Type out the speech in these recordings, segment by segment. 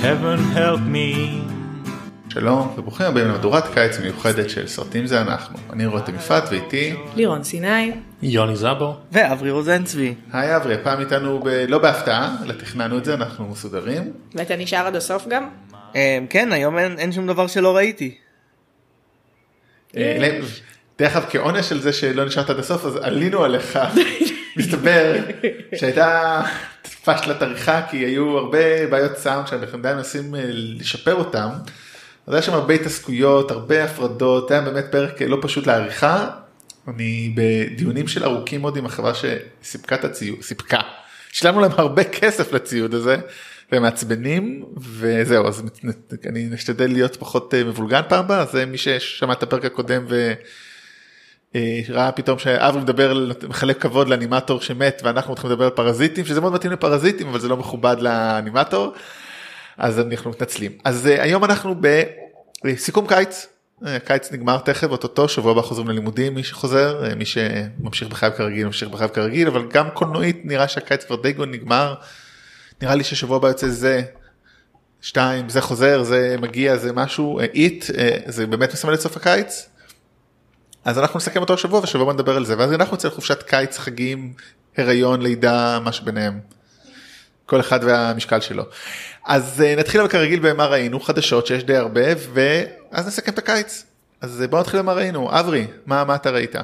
heaven help me. שלום וברוכים הבאים למהדורת קיץ מיוחדת של סרטים זה אנחנו. אני רותם יפעת ואיתי לירון סיני, יוני זאבו ואברי רוזנצבי. היי אברי, הפעם איתנו לא בהפתעה, אלא תכננו את זה, אנחנו מסודרים. ואתה נשאר עד הסוף גם? כן, היום אין שום דבר שלא ראיתי. דרך אגב, כעונש של זה שלא נשארת עד הסוף, אז עלינו עליך. מסתבר שהייתה פשלת עריכה, כי היו הרבה בעיות סאונד שאנחנו עדיין מנסים לשפר אותם. אז היה שם הרבה התעסקויות, הרבה הפרדות, היה באמת פרק לא פשוט לעריכה. אני בדיונים של ארוכים מאוד עם החברה שסיפקה את הציוד, סיפקה. שילמנו להם הרבה כסף לציוד הזה, והם מעצבנים, וזהו, אז אני נשתדל להיות פחות מבולגן פעם הבאה, אז מי ששמע את הפרק הקודם וראה פתאום שאברי מדבר, מחלק כבוד לאנימטור שמת, ואנחנו מתחילים לדבר על פרזיטים, שזה מאוד מתאים לפרזיטים, אבל זה לא מכובד לאנימטור, אז אנחנו מתנצלים. אז היום אנחנו בסיכום קיץ, קיץ נגמר תכף, אותו שבוע הבא חוזרים ללימודים, מי שחוזר, מי שממשיך בחייו כרגיל, ממשיך בחייו כרגיל, אבל גם קולנועית נראה שהקיץ כבר די נגמר, נראה לי ששבוע הבא יוצא זה 2, זה חוזר, זה מגיע, זה משהו, איט, זה באמת מסמל את סוף הקיץ, אז אנחנו נסכם אותו השבוע, ושבוע נדבר על זה, ואז אנחנו נצא לחופשת קיץ, חגים, הריון, לידה, מה שביניהם, כל אחד והמשקל שלו. אז נתחיל אבל כרגיל במה ראינו, חדשות שיש די הרבה, ואז נסכם את הקיץ. אז בואו נתחיל במה ראינו. אברי, מה אתה ראית?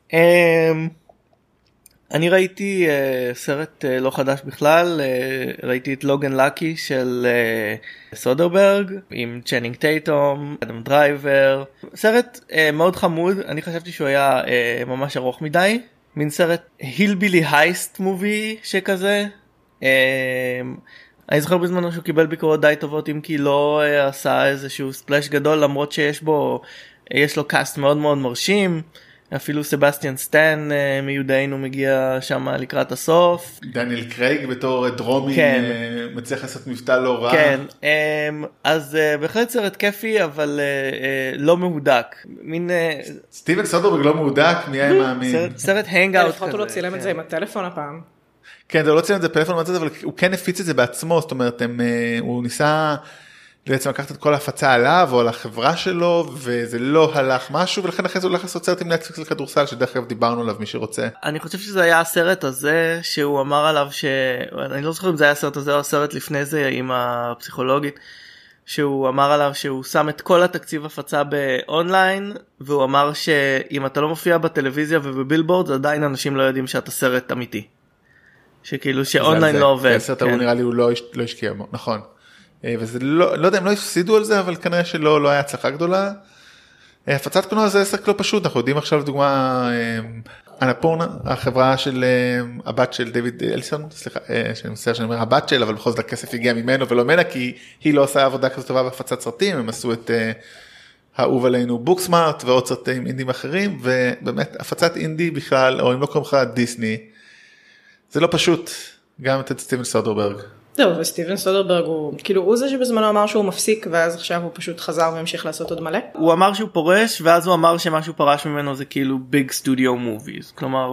אני ראיתי סרט לא חדש בכלל, ראיתי את לוגן לקי של סודרברג, עם צ'נינג טייטום, אדם דרייבר, סרט מאוד חמוד, אני חשבתי שהוא היה ממש ארוך מדי, מין סרט הילבילי הייסט מובי שכזה, אני זוכר בזמנו שהוא קיבל ביקורות די טובות, אם כי לא עשה איזשהו ספלש גדול, למרות שיש בו, יש לו קאסט מאוד מאוד מרשים, אפילו סבסטיאן סטן מיודענו מגיע שם לקראת הסוף. דניאל קרייג בתור דרומי מצליח לעשות מבטא לא רע. כן, אז בהחלט סרט כיפי, אבל לא מהודק. סטיבן סודרברג לא מהודק, מי היה מאמין? סרט הנגאוט כזה. לפחות הוא לא צילם את זה עם הטלפון הפעם. כן, זה לא צילם את זה בפלאפון, אבל הוא כן הפיץ את זה בעצמו, זאת אומרת, הוא ניסה בעצם לקחת את כל ההפצה עליו או על החברה שלו, וזה לא הלך משהו, ולכן אחרי זה הוא הולך לעשות סרט עם נטפליקס לכדורסל, שדרך אגב דיברנו עליו מי שרוצה. אני חושב שזה היה הסרט הזה שהוא אמר עליו אני לא זוכר אם זה היה הסרט הזה או הסרט לפני זה עם הפסיכולוגית, שהוא אמר עליו שהוא שם את כל התקציב הפצה באונליין, והוא אמר שאם אתה לא מופיע בטלוויזיה ובבילבורד, עדיין אנשים לא יודעים שאתה סרט אמיתי. שכאילו שאונליין לא עובד. הסרט הוא נראה לי הוא לא השקיע בו, נכון. וזה לא יודע אם לא הפסידו על זה, אבל כנראה שלא היה הצלחה גדולה. הפצת קולנוע זה עסק לא פשוט, אנחנו יודעים עכשיו דוגמה, אנפורנה, החברה של הבת של דיוויד אלסון, סליחה, שאני מצטער שאני אומר הבת של, אבל בכל זאת הכסף הגיע ממנו ולא ממנה, כי היא לא עושה עבודה כזאת טובה בהפצת סרטים, הם עשו את האהוב עלינו בוקסמארט ועוד סרטים אינדים אחרים, ובאמת הפצת אינדי בכלל, או אם לא קוראים לך דיסני, זה לא פשוט, גם את סטיבן סודרברג. זהו, וסטיבן סודרברג הוא, כאילו הוא זה שבזמנו אמר שהוא מפסיק, ואז עכשיו הוא פשוט חזר והמשיך לעשות עוד מלא. הוא אמר שהוא פורש, ואז הוא אמר שמה שהוא פרש ממנו זה כאילו ביג סטודיו מוביז, כלומר,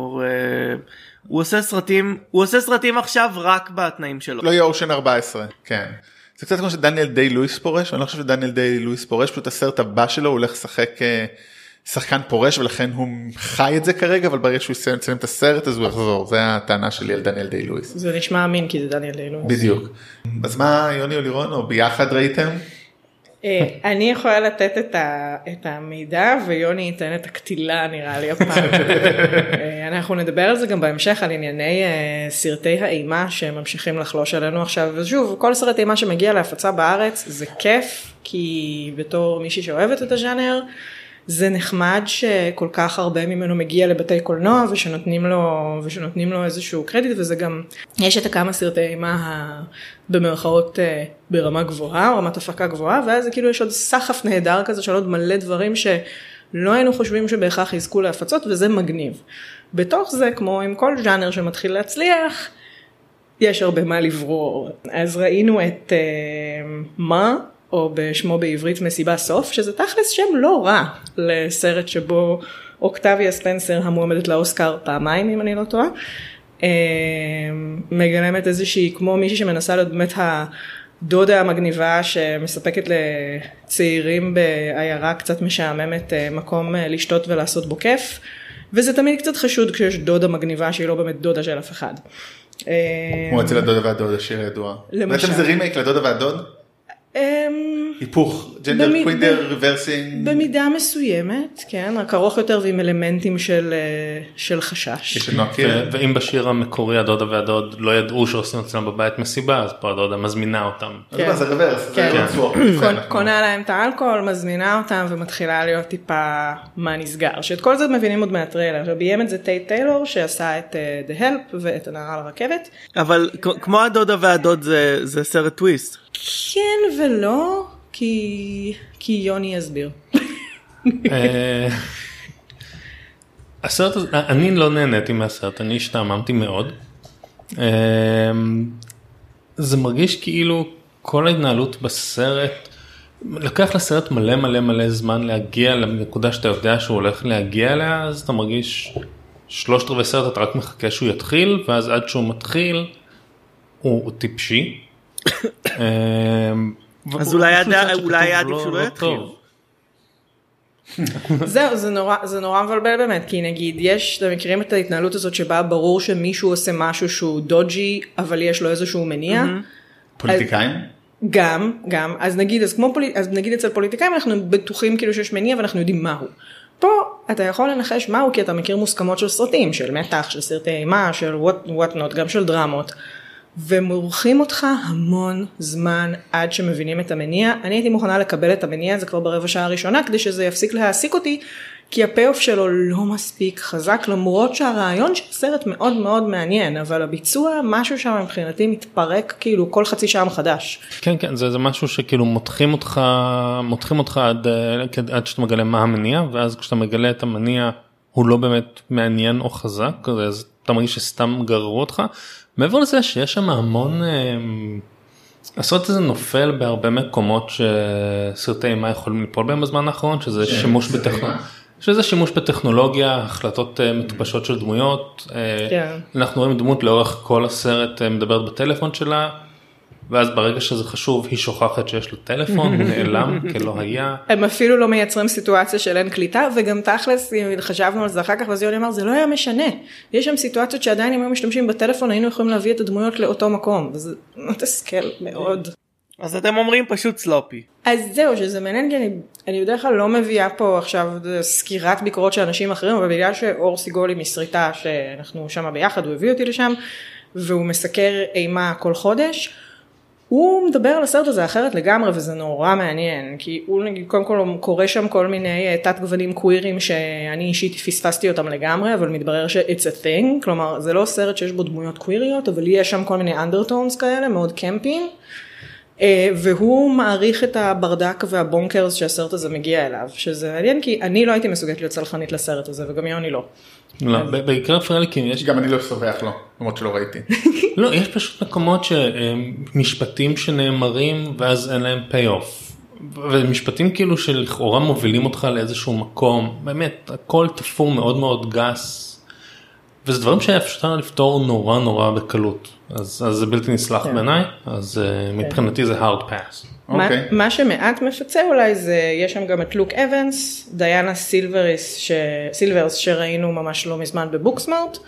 הוא עושה סרטים עכשיו רק בתנאים שלו. לא יהיה אושן 14, כן. זה קצת כמו שדניאל דיי לואיס פורש, ואני לא חושב שדניאל דיי לואיס פורש, פשוט הסרט הבא שלו, הוא הולך לשחק שחקן פורש, ולכן הוא חי את זה כרגע, אבל ברגע שהוא יסיים את הסרט, אז הוא יחזור. זה הטענה שלי על דניאל דיי לואיס. זה נשמע אמין, כי זה דניאל דיי לואיס. בדיוק. אז מה, יוני או לירון, או ביחד ראיתם? אני יכולה לתת את המידע, ויוני ייתן את הקטילה, נראה לי הפעם. אנחנו נדבר על זה גם בהמשך, על ענייני סרטי האימה, שממשיכים לחלוש עלינו עכשיו. ושוב, כל סרט אימה שמגיע להפצה בארץ, זה כיף, כי בתור מישהי שאוהבת את הז'אנר, זה נחמד שכל כך הרבה ממנו מגיע לבתי קולנוע, ושנותנים לו איזשהו קרדיט, וזה גם, יש את הכמה סרטי אימה במרכאות ברמה גבוהה, או רמת הפקה גבוהה, ואז כאילו יש עוד סחף נהדר כזה, של עוד מלא דברים שלא היינו חושבים שבהכרח יזכו להפצות, וזה מגניב. בתוך זה, כמו עם כל ז'אנר שמתחיל להצליח, יש הרבה מה לברור. אז ראינו את מה, או בשמו בעברית מסיבה סוף, שזה תכלס שם לא רע לסרט שבו אוקטביה ספנסר המועמדת לאוסקר פעמיים, אם אני לא טועה, מגלמת איזושהי, כמו מישהי שמנסה להיות באמת דודה המגניבה שמספקת לצעירים בעיירה קצת משעממת מקום לשתות ולעשות בו כיף, וזה תמיד קצת חשוד כשיש דודה מגניבה שהיא לא באמת דודה של אף אחד. כמו אצל הדודה והדוד, השיר הידוע. בעצם זה רימייק לדודה והדוד? היפוך, ג'נדר קווינדר ריברסינג. במידה מסוימת, כן, רק ארוך יותר ועם אלמנטים של חשש. ואם בשיר המקורי הדודה והדוד לא ידעו שעושים אצלם בבית מסיבה, אז פה הדודה מזמינה אותם. אז זה ריברס, זה לא צור. קונה להם את האלכוהול, מזמינה אותם ומתחילה להיות טיפה מה נסגר. שאת כל זה מבינים עוד מהטריילר. ביים את זה טייט טיילור שעשה את The Help ואת הנערה על הרכבת. אבל כמו הדודה והדוד זה סרט טוויסט. כן ולא, כי יוני יסביר. הסרט הזה, אני לא נהניתי מהסרט, אני השתעממתי מאוד. זה מרגיש כאילו כל ההתנהלות בסרט, לקח לסרט מלא מלא מלא זמן להגיע לנקודה שאתה יודע שהוא הולך להגיע אליה, אז אתה מרגיש 3/4 סרט, אתה רק מחכה שהוא יתחיל, ואז עד שהוא מתחיל, הוא טיפשי. אז אולי היה עדיף שהוא לא יתחיל. זהו, זה נורא מבלבל באמת, כי נגיד, אתם מכירים את ההתנהלות הזאת שבה ברור שמישהו עושה משהו שהוא דוג'י, אבל יש לו איזשהו מניע. פוליטיקאים? גם, אז נגיד אצל פוליטיקאים אנחנו בטוחים כאילו שיש מניע ואנחנו יודעים מהו. פה אתה יכול לנחש מהו, כי אתה מכיר מוסכמות של סרטים, של מתח, של סרטי אימה, של what not, גם של דרמות. ומורחים אותך המון זמן עד שמבינים את המניע. אני הייתי מוכנה לקבל את המניע הזה כבר ברבע שעה הראשונה, כדי שזה יפסיק להעסיק אותי, כי הפי-אוף שלו לא מספיק חזק, למרות שהרעיון של הסרט מאוד מאוד מעניין, אבל הביצוע, משהו שם מבחינתי מתפרק כאילו כל חצי שעה מחדש. כן, זה משהו שכאילו מותחים אותך עד שאתה מגלה מה המניע, ואז כשאתה מגלה את המניע, הוא לא באמת מעניין או חזק, אז אתה מרגיש שסתם גררו אותך. מעבר לזה שיש שם המון, הסרט הזה נופל בהרבה מקומות שסרטי אימה יכולים ליפול בהם בזמן האחרון, שזה שימוש בטכנולוגיה, החלטות מטופשות של דמויות. אנחנו רואים דמות לאורך כל הסרט מדברת בטלפון שלה, ואז ברגע שזה חשוב, היא שוכחת שיש לו טלפון, הוא נעלם כלא היה. הם אפילו לא מייצרים סיטואציה של אין קליטה, וגם תכלס, חשבנו על זה אחר כך, ואז יוני אמר, זה לא היה משנה. יש שם סיטואציות שעדיין אם היו משתמשים בטלפון, היינו יכולים להביא את הדמויות לאותו מקום, וזה מתסכל מאוד. אז אתם אומרים פשוט סלופי. אז זהו, שזה מעניין, כי אני בדרך כלל לא מביאה פה עכשיו סקירת ביקורות של אנשים אחרים, אבל בגלל שאור סיגולי מסריטה, שאנחנו שם ביחד, הוא הביא אותי לשם, והוא מסקר אימה כל חודש, הוא מדבר על הסרט הזה אחרת לגמרי, וזה נורא מעניין, כי הוא נגיד, קודם כל הוא קורא שם כל מיני תת גוונים קווירים, שאני אישית פספסתי אותם לגמרי, אבל מתברר ש-it's a thing, כלומר, זה לא סרט שיש בו דמויות קוויריות, אבל יש שם כל מיני undertones כאלה, מאוד קמפיים, והוא מעריך את הברדק והבונקרס שהסרט הזה מגיע אליו, שזה מעניין, כי אני לא הייתי מסוגלת להיות צלחנית לסרט הזה, וגם יוני לא. לא, בעיקר פרליקים יש... גם אני לא סובח לו, למרות שלא ראיתי. לא, יש פשוט מקומות שמשפטים שנאמרים ואז אין להם פי-אוף. ומשפטים כאילו שלכאורה מובילים אותך לאיזשהו מקום, באמת, הכל תפור מאוד מאוד גס. וזה דברים שאפשר לפתור נורא נורא בקלות. אז זה בלתי נסלח בעיניי, אז מבחינתי זה hard pass. מה שמעט מפצה אולי זה, יש שם גם את לוק אבנס, דיאנה סילברס שראינו ממש לא מזמן בבוקסמארט,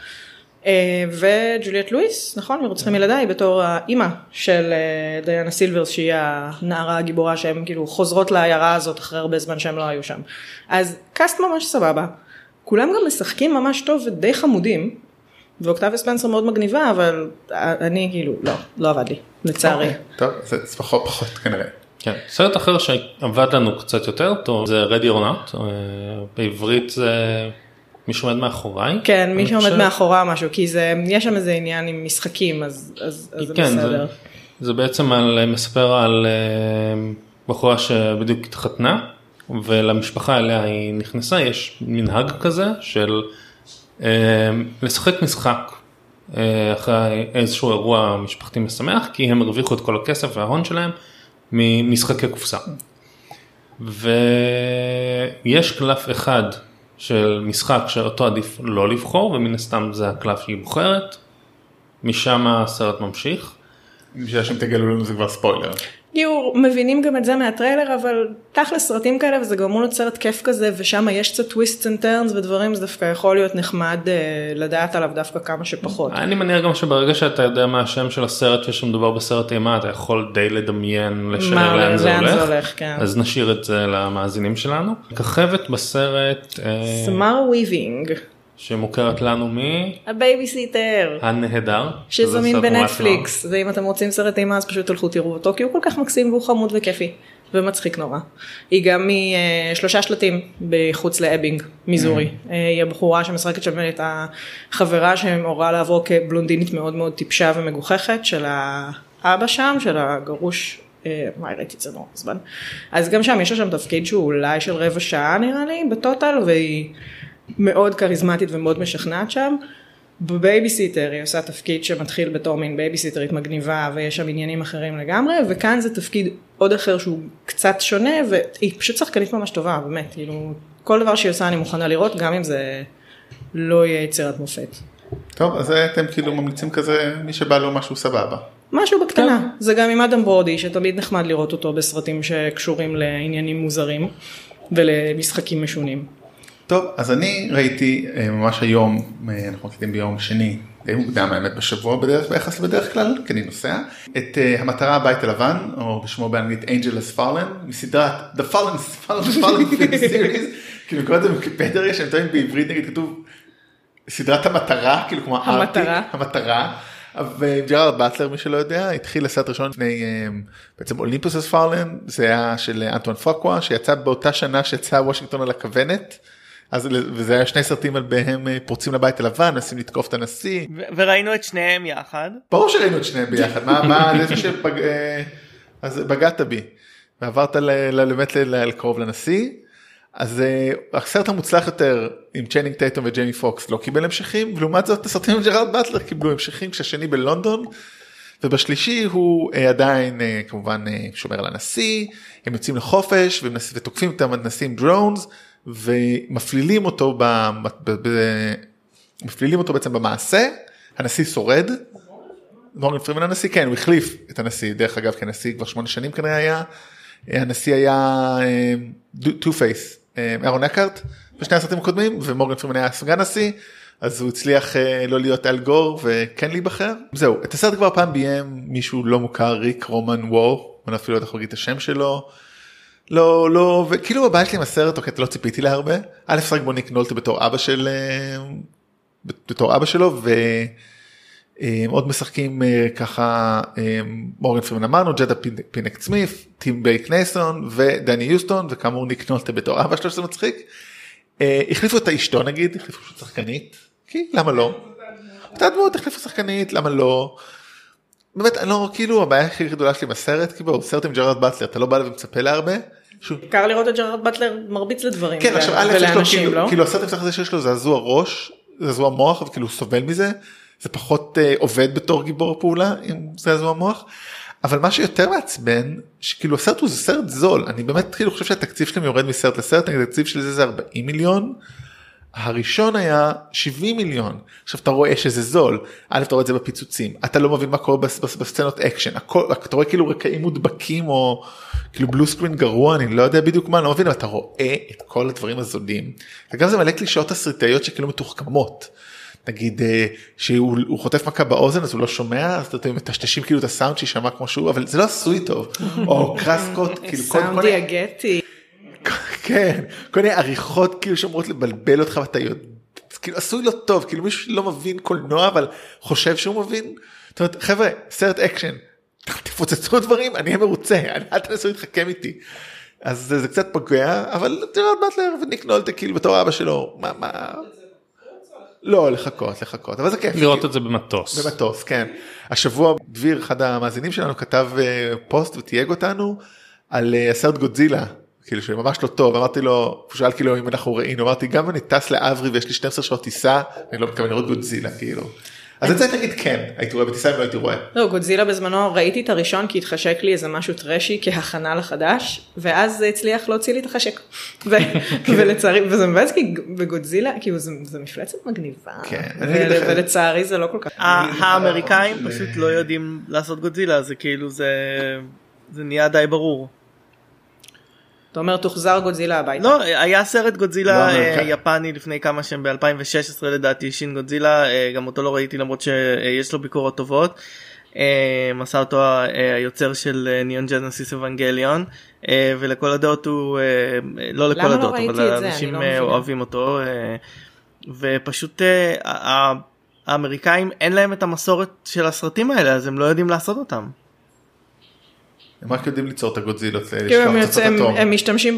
וג'וליאט לואיס, נכון? מרוצחים ילדיי, בתור האימא של דיאנה סילברס, שהיא הנערה הגיבורה שהן כאילו חוזרות לעיירה הזאת אחרי הרבה זמן שהם לא היו שם. אז קאסט ממש סבבה. כולם גם משחקים ממש טוב ודי חמודים, ואוקטביה ספנסר מאוד מגניבה, אבל אני כאילו, לא עבד לי, לצערי. טוב, זה פחות כנראה. כן, סרט אחר שעבד לנו קצת יותר טוב, זה Ready or Not, בעברית זה מי שעומד מאחוריי. כן, מי שעומד מאחורי משהו, כי יש שם איזה עניין עם משחקים, אז זה בסדר. זה בעצם מספר על בחורה שבדיוק התחתנה, ולמשפחה אליה היא נכנסה, יש מנהג כזה של לשחק משחק אחרי איזשהו אירוע משפחתי משמח, כי הם הרוויחו את כל הכסף וההון שלהם ממשחקי קופסה. ויש קלף אחד של משחק שאותו עדיף לא לבחור, ומן הסתם זה הקלף שהיא בוחרת, משם הסרט ממשיך. בשביל שהם תגלו לנו זה כבר ספוילר. מבינים גם את זה מהטריילר, אבל תכל'ס סרטים כאלה, וזה גם אמור להיות סרט כיף כזה, ושם יש קצת טוויסטס אנד טרנס ודברים, זה דווקא יכול להיות נחמד לדעת עליו דווקא כמה שפחות. אני מניח גם שברגע שאתה יודע מה השם של הסרט, ושמדובר בסרט אימה, אתה יכול די לדמיין, לשער לאן זה הולך, כן. אז נשאיר את זה למאזינים שלנו. ככבת בסרט... סמרה וויבינג. שמוכרת לנו הבייביסיטר. הנהדר. שזמין בנטפליקס, ואם אתם רוצים סרט אימה אז פשוט תלכו תראו אותו, כי הוא כל כך מקסים והוא חמוד וכיפי, ומצחיק נורא. היא גם מ3 שלטים בחוץ לאבינג, מיזורי. היא הבחורה שמשחקת שם את החברה שמורה לעבור כבלונדינית מאוד מאוד טיפשה ומגוחכת של האבא שם, של הגרוש, ראיתי את זה נורא זמן. אז גם שם יש שם תפקיד שהוא אולי של 15 שעה נראה לי, בטוטל, והיא מאוד קריזמטית ומאוד משכנעת שם. בבייביסיטר היא עושה תפקיד שמתחיל בתור מין בייביסיטרית מגניבה, ויש שם עניינים אחרים לגמרי, וכאן זה תפקיד עוד אחר שהוא קצת שונה, והיא פשוט שחקנית ממש טובה, באמת, כאילו, כל דבר שהיא עושה אני מוכנה לראות, גם אם זה לא יהיה יצירת מופת. טוב, אז אתם כאילו ממליצים כזה, מי שבא לו משהו סבבה. משהו בקטנה, זה גם עם אדם ברודי, שתמיד נחמד לראות אותו בסרטים שקשורים לעניינים מוזרים, ולמשחקים משונים. טוב, אז אני ראיתי ממש היום, אנחנו מקליטים ביום שני, די מוקדם האמת בשבוע ביחס לבדרך כלל, כי אני נוסע, את המטרה הבית הלבן, או בשמו באנגלית Angel Has Fallen, מסדרת The Fallen Series, כאילו קוראים את זה בוויקיפדיה, שהם טועים בעברית, נגיד כתוב סדרת המטרה, כאילו כמו המטרה, וג'רארד באטלר, מי שלא יודע, התחיל הסרט ראשון לפני, בעצם אולימפוס Has Fallen, זה היה של אנטואן פוקווה, שיצא באותה שנה שיצא וושינגטון על הכוונת, וזה היה 2 סרטים על בהם פורצים לבית הלבן, נסים לתקוף את הנשיא. וראינו את שניהם יחד. ברור שראינו את שניהם ביחד, אז בגעת בי, ועברת באמת לקרוב לנשיא, אז הסרט המוצלח יותר עם צ'נינג טייטום וג'יימי פוקס לא קיבל המשכים, ולעומת זאת הסרטים עם ג'רארד באטלר קיבלו המשכים, כשהשני בלונדון, ובשלישי הוא עדיין כמובן שומר על הנשיא, הם יוצאים לחופש ותוקפים את הנשיא עם דרונס, ומפלילים אותו בעצם במעשה, הנשיא שורד, מורגן פרימן הנשיא, כן, הוא החליף את הנשיא, דרך אגב, כי הנשיא כבר 8 שנים כנראה היה, הנשיא היה טו פייס, אהרון אקהרט, בשני הסרטים הקודמים, ומורגן פרימן היה סגן נשיא, אז הוא הצליח לא להיות אל גור וכן להיבחר. זהו, את הסרט כבר פעם ביים מישהו לא מוכר, ריק רומן וור, אני אפילו לא יכול להגיד את השם שלו, לא, וכאילו הבעיה שלי עם הסרט, אוקיי, לא ציפיתי לה הרבה, א' סרק בו ניק נולטה בתור אבא שלו, ועוד משחקים ככה, מורגן פרימן אמרנו, ג'דה פינקט סמית', טים בייק נייסון, ודני יוסטון, וכאמור ניק נולטה בתור אבא שלו, שזה מצחיק. החליפו את האשתו נגיד, החליפו פשוט שחקנית, כי למה לא? אותה דמות, החליפו שחקנית, למה לא? באמת, אני לא, כאילו, הבעיה הכי גדולה שלי בסרט, כי בואו, סרט עם ג'רארד באטלר, אתה לא בא לב ומצפה להרבה. קר לראות את ג'רארד באטלר מרביץ לדברים. כן, עכשיו, ולאנשים, לא? כאילו, הסרט עם זה שיש לו זעזוע ראש, זעזוע מוח, וכאילו הוא סובל מזה, זה פחות עובד בתור גיבור פעולה, עם זעזוע מוח. אבל מה שיותר מעצבן, שכאילו הסרט הוא זה סרט זול, אני באמת כאילו חושב שהתקציב שלהם יורד מסרט לסרט, נגיד התקציב של זה 40 מיליון, הראשון היה 70 מיליון, עכשיו אתה רואה שזה זול, א' אתה רואה את זה בפיצוצים, אתה לא מבין מה קורה בסצנות אקשן, אתה רואה כאילו רקעים מודבקים, או כאילו בלו סקרין גרוע, אני לא יודע בדיוק מה, אני לא מבין, אבל אתה רואה את כל הדברים הזולים, וגם זה מלא קלישאות תסריטאיות שכאילו מתוחכמות, נגיד שהוא חוטף מכה באוזן אז הוא לא שומע, אז אתם מטשטשים כאילו את הסאונד שישמע כמו שהוא, אבל זה לא עשוי טוב, או קרסקות, כאילו סאונד דיאגטי. כן, כל מיני עריכות כאילו שאומרות לבלבל אותך ואתה יודע, כאילו עשוי לא טוב, כאילו מישהו לא מבין קולנוע אבל חושב שהוא מבין, זאת אומרת חבר'ה, סרט אקשן, תפוצצו דברים, אני אהיה מרוצה, אל תנסו להתחכם איתי, אז זה קצת פוגע, אבל ג'רארד באטלר וניק נולטה כאילו בתור אבא שלו, מה... לא, לחכות, אבל זה כיף. לראות את זה במטוס. במטוס, כן. השבוע דביר, אחד המאזינים שלנו, כתב פוסט ותייג אותנו על הסרט גודזילה, כאילו שממש לא טוב, אמרתי לו, הוא שאל כאילו אם אנחנו ראינו, אמרתי גם אני טס לאברי ויש לי 12 שעות טיסה, אני לא מתכוון לראות גודזילה, כאילו. אז את זה נגיד כן, הייתי רואה בטיסה אם לא הייתי רואה. לא, גודזילה בזמנו ראיתי את הראשון כי התחשק לי איזה משהו טרשי כהכנה לחדש, ואז זה הצליח להוציא לי את החשק. ולצערי, וזה מבאס כי בגודזילה, כאילו זה מפלצת מגניבה, ולצערי זה לא כל כך. האמריקאים פשוט לא יודעים לעשות גודזילה, זה כאילו זה נהיה די ברור. אתה אומר תוחזר גודזילה הביתה. לא, היה סרט גודזילה יפני לפני כמה שהם ב-2016 לדעתי, שין גודזילה, גם אותו לא ראיתי למרות שיש לו ביקורות טובות. עשה אותו היוצר של ניאון ג'נסיס אבנגליון, ולכל הדעות הוא, לא לכל הדעות, אבל אנשים אוהבים אותו, ופשוט האמריקאים אין להם את המסורת של הסרטים האלה, אז הם לא יודעים לעשות אותם. הם רק יודעים ליצור את הגודזילות, הם משתמשים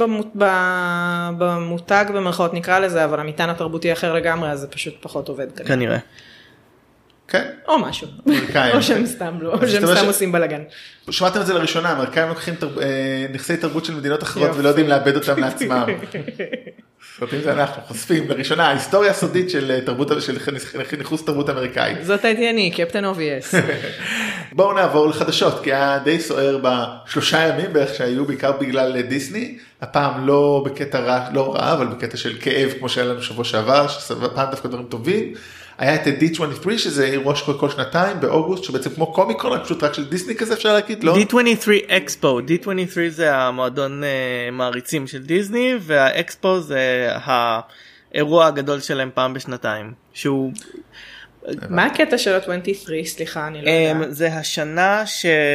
במותג במרכאות נקרא לזה, אבל המטען התרבותי אחר לגמרי, אז זה פשוט פחות עובד כנראה. כן. או משהו. או שהם סתם לא, או שהם סתם עושים בלגן. שמעתם את זה לראשונה, האמריקאים לוקחים נכסי תרבות של מדינות אחרות ולא יודעים לאבד אותם לעצמם. סרטים זה אנחנו חושפים לראשונה, ההיסטוריה הסודית של ניחוס תרבות אמריקאית. זאת הייתי אני, קפטן אובייס. בואו נעבור לחדשות, כי היה די סוער ב3 ימים בערך שהיו בעיקר בגלל דיסני, הפעם לא בקטע רע, אבל בקטע של כאב כמו שהיה לנו שבוע שעבר, שהפעם דווקא דברים טובים. היה את D23 שזה אירוע שקורה כל שנתיים באוגוסט, שבעצם כמו קומיקון, פשוט רק של דיסני כזה אפשר להגיד, לא? D23 אקספו, D23 זה המועדון מעריצים של דיסני, והאקספו זה האירוע הגדול שלהם פעם בשנתיים, שהוא... מה הקטע של ה-23? סליחה, אני לא יודעת. זה השנה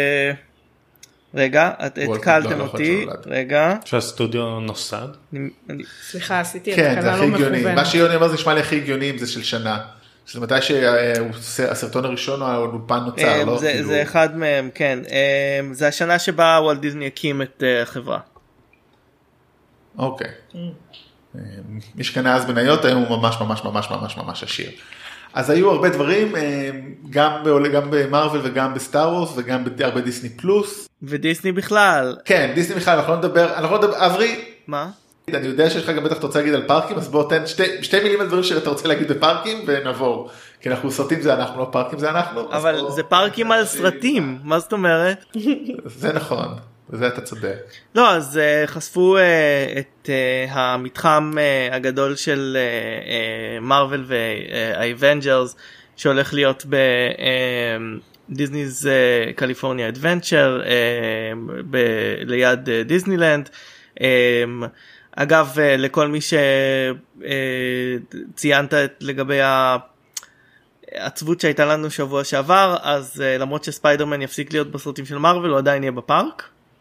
רגע, התקלתם אותי, רגע. שהסטודיו נוסד. סליחה, עשיתי את כן, זה התקלה הכי לא הגיוני. מכוונת. מה שיוני אומר זה נשמע לי הכי הגיוני אם זה של שנה. שזה מתי שהסרטון הראשון או האולפן נוצר, לא? זה אחד מהם, כן. זה השנה שבה וולט דיסני הקים את החברה. אוקיי. מי שקנה אז מניות היום הוא ממש ממש ממש ממש ממש עשיר. אז היו הרבה דברים, גם במרוול וגם בסטאר וורס וגם הרבה דיסני פלוס. ודיסני בכלל. כן, דיסני בכלל, אנחנו לא נדבר, אברי. מה? אני יודע שיש לך גם בטח אתה רוצה להגיד על פארקים, אז בוא תן שתי מילים על דברים שאתה רוצה להגיד בפארקים ונעבור. כי אנחנו סרטים זה אנחנו, לא פארקים זה אנחנו. אבל זה פארקים על סרטים, מה זאת אומרת? זה נכון, וזה אתה צודק. לא, אז חשפו את המתחם הגדול של מרוול והאבנג'רס, שהולך להיות בדיסני's קליפורניה אדוונצ'ר, ליד דיסנילנד. אגב, לכל מי שציינת לגבי העצבות שהייתה לנו שבוע שעבר, אז למרות שספיידרמן יפסיק להיות בסרטים של מרוול, הוא עדיין יהיה בפארק,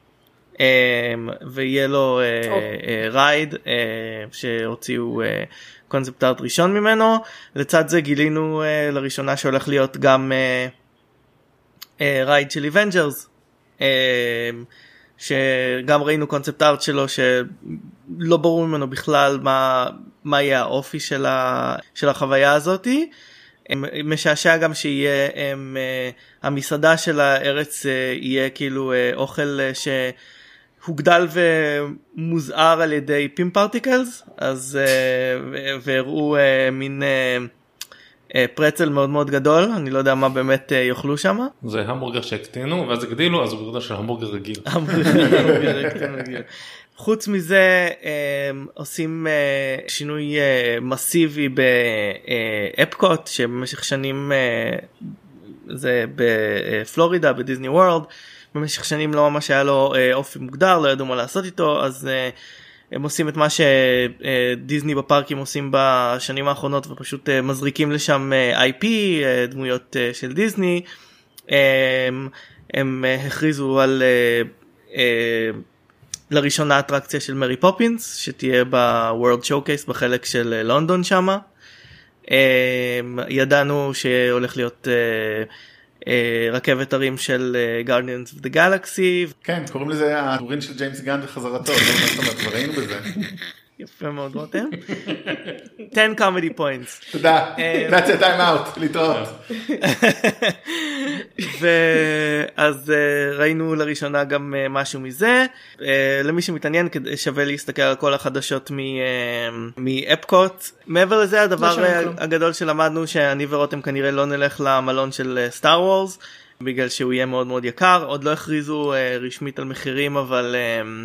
ויהיה לו רייד שהוציאו קונספט ארט ראשון ממנו. לצד זה גילינו לראשונה שהולך להיות גם רייד של אבנג'רס, שגם ראינו קונספט ארט שלו שלא ברור ממנו בכלל מה יהיה האופי של החוויה הזאת. משעשע גם שיהיה המסעדה של הארץ יהיה כאילו אוכל שהוגדל ומוזער על ידי פים פרטיקלס, אז והראו מין פרצל מאוד מאוד גדול, אני לא יודע מה באמת יאכלו שם. זה המבורגר שהקטינו, ואז הגדילו, אז הוא גדול של המבורגר רגיל. חוץ מזה, עושים שינוי מסיבי באפקוט, שבמשך שנים, זה בפלורידה, בדיסני וורלד, במשך שנים לא ממש היה לו אופי מוגדר, לא ידעו מה לעשות איתו, אז הם עושים את מה שדיסני בפארקים עושים בשנים האחרונות, ופשוט מזריקים לשם IP, דמויות של דיסני. הם הכריזו על לראשונה אטרקציה של מרי פופינס, שתהיה בוורלד שואוקייס בחלק של לונדון שמה. ידענו שהולך להיות רכבת הרים של Guardians of the Galaxy. כן, קוראים לזה הטורין של ג'יימס גן וחזרתו, לא זאת אומרת, כבר ראינו בזה. יפה מאוד, רותם. 10 comedy points. תודה, that's it, I'm out, להתראות. ואז ראינו לראשונה גם משהו מזה. למי שמתעניין שווה להסתכל על כל החדשות מאפקוט. מעבר לזה הדבר הגדול שלמדנו שאני ורותם כנראה לא נלך למלון של סטאר וורס בגלל שהוא יהיה מאוד מאוד יקר. עוד לא הכריזו רשמית על מחירים, אבל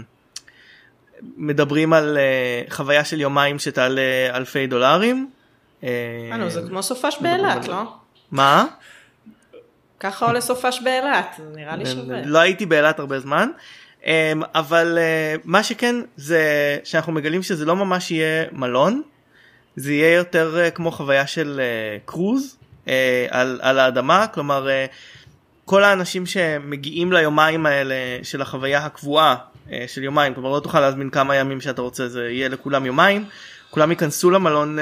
מדברים על חוויה של יומיים שתעלה אלפי דולרים. זה כמו סופש באילת, לא? מה? ככה עולה סופש באילת, נראה לי שווה. לא הייתי באילת הרבה זמן, אבל מה שכן זה שאנחנו מגלים שזה לא ממש יהיה מלון, זה יהיה יותר כמו חוויה של קרוז על האדמה, כלומר כל האנשים שמגיעים ליומיים האלה של החוויה הקבועה של יומיים, כלומר לא תוכל להזמין כמה ימים שאתה רוצה, זה יהיה לכולם יומיים, כולם ייכנסו למלון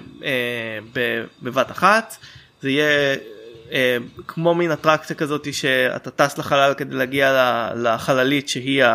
בבת אחת, זה יהיה כמו מין אטרקציה כזאת שאתה טס לחלל כדי להגיע לחללית שהיא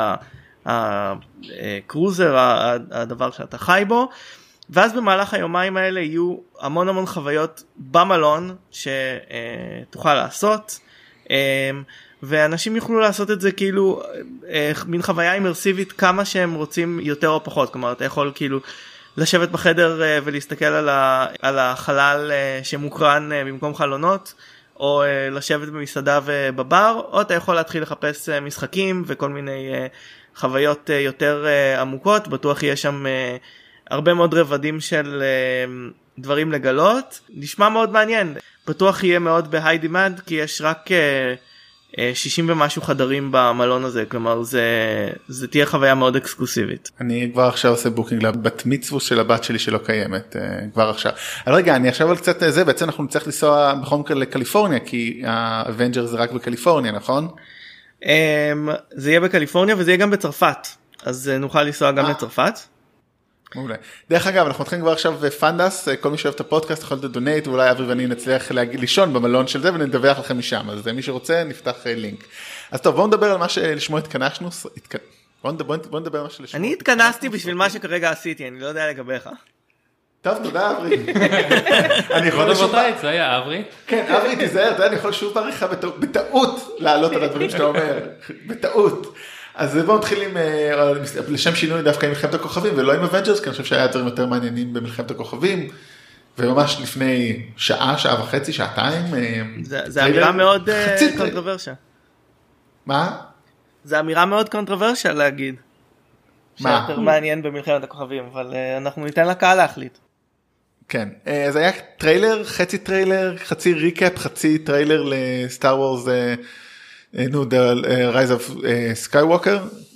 הקרוזר, הדבר שאתה חי בו, ואז במהלך היומיים האלה יהיו המון המון חוויות במלון שתוכל לעשות, ואנשים יוכלו לעשות את זה כאילו מין חוויה אימרסיבית כמה שהם רוצים יותר או פחות, כלומר אתה יכול כאילו לשבת בחדר ולהסתכל על החלל שמוקרן במקום חלונות, או לשבת במסעדה ובבר, או אתה יכול להתחיל לחפש משחקים וכל מיני חוויות יותר עמוקות. בטוח יהיה שם הרבה מאוד רבדים של דברים לגלות. נשמע מאוד מעניין. בטוח יהיה מאוד בהיי דימנד, כי יש רק 60 ומשהו חדרים במלון הזה, כלומר זה תהיה חוויה מאוד אקסקלוסיבית. אני כבר עכשיו עושה בוקינג לבת מצווה של הבת שלי שלא קיימת, כבר עכשיו. אבל רגע, אני עכשיו על קצת זה, בעצם אנחנו נצטרך לנסוע בכל מקרה לקליפורניה, כי האבנג'ר זה רק בקליפורניה, נכון? זה יהיה בקליפורניה וזה יהיה גם בצרפת, אז נוכל לנסוע גם לצרפת. מעולה. דרך אגב, אנחנו מתחילים כבר עכשיו פנדס, כל מי שאוהב את הפודקאסט יכול לדונט, ואולי אברי ואני נצליח לישון במלון של זה, ונדווח לכם משם, אז מי שרוצה נפתח לינק. אז טוב, בואו נדבר על מה שלשמו התכנסנו, בואו נדבר על מה שלשמו. אני התכנסתי בשביל מה שכרגע עשיתי, אני לא יודע לגביך. טוב, תודה אברי. אני יכול לשוב בית, זה היה אברי. כן, אברי תיזהר, אני יכול שוב בעריכה בטעות לעלות על הדברים שאתה אומר, בטעות. אז בואו נתחיל עם, לשם שינוי דווקא עם מלחמת הכוכבים, ולא עם אבנג'רס, כי אני חושב שהיה דברים יותר מעניינים במלחמת הכוכבים, וממש לפני שעה, שעה וחצי, שעתיים. זה אמירה מאוד קונטרוברשיה. מה? זה אמירה מאוד קונטרוברשיה להגיד. מה? שיותר מעניין במלחמת הכוכבים, אבל אנחנו ניתן לקהל להחליט. כן, אז היה טריילר, חצי ריקאפ, חצי טריילר לסטאר וורס, The Rise of Skywalker,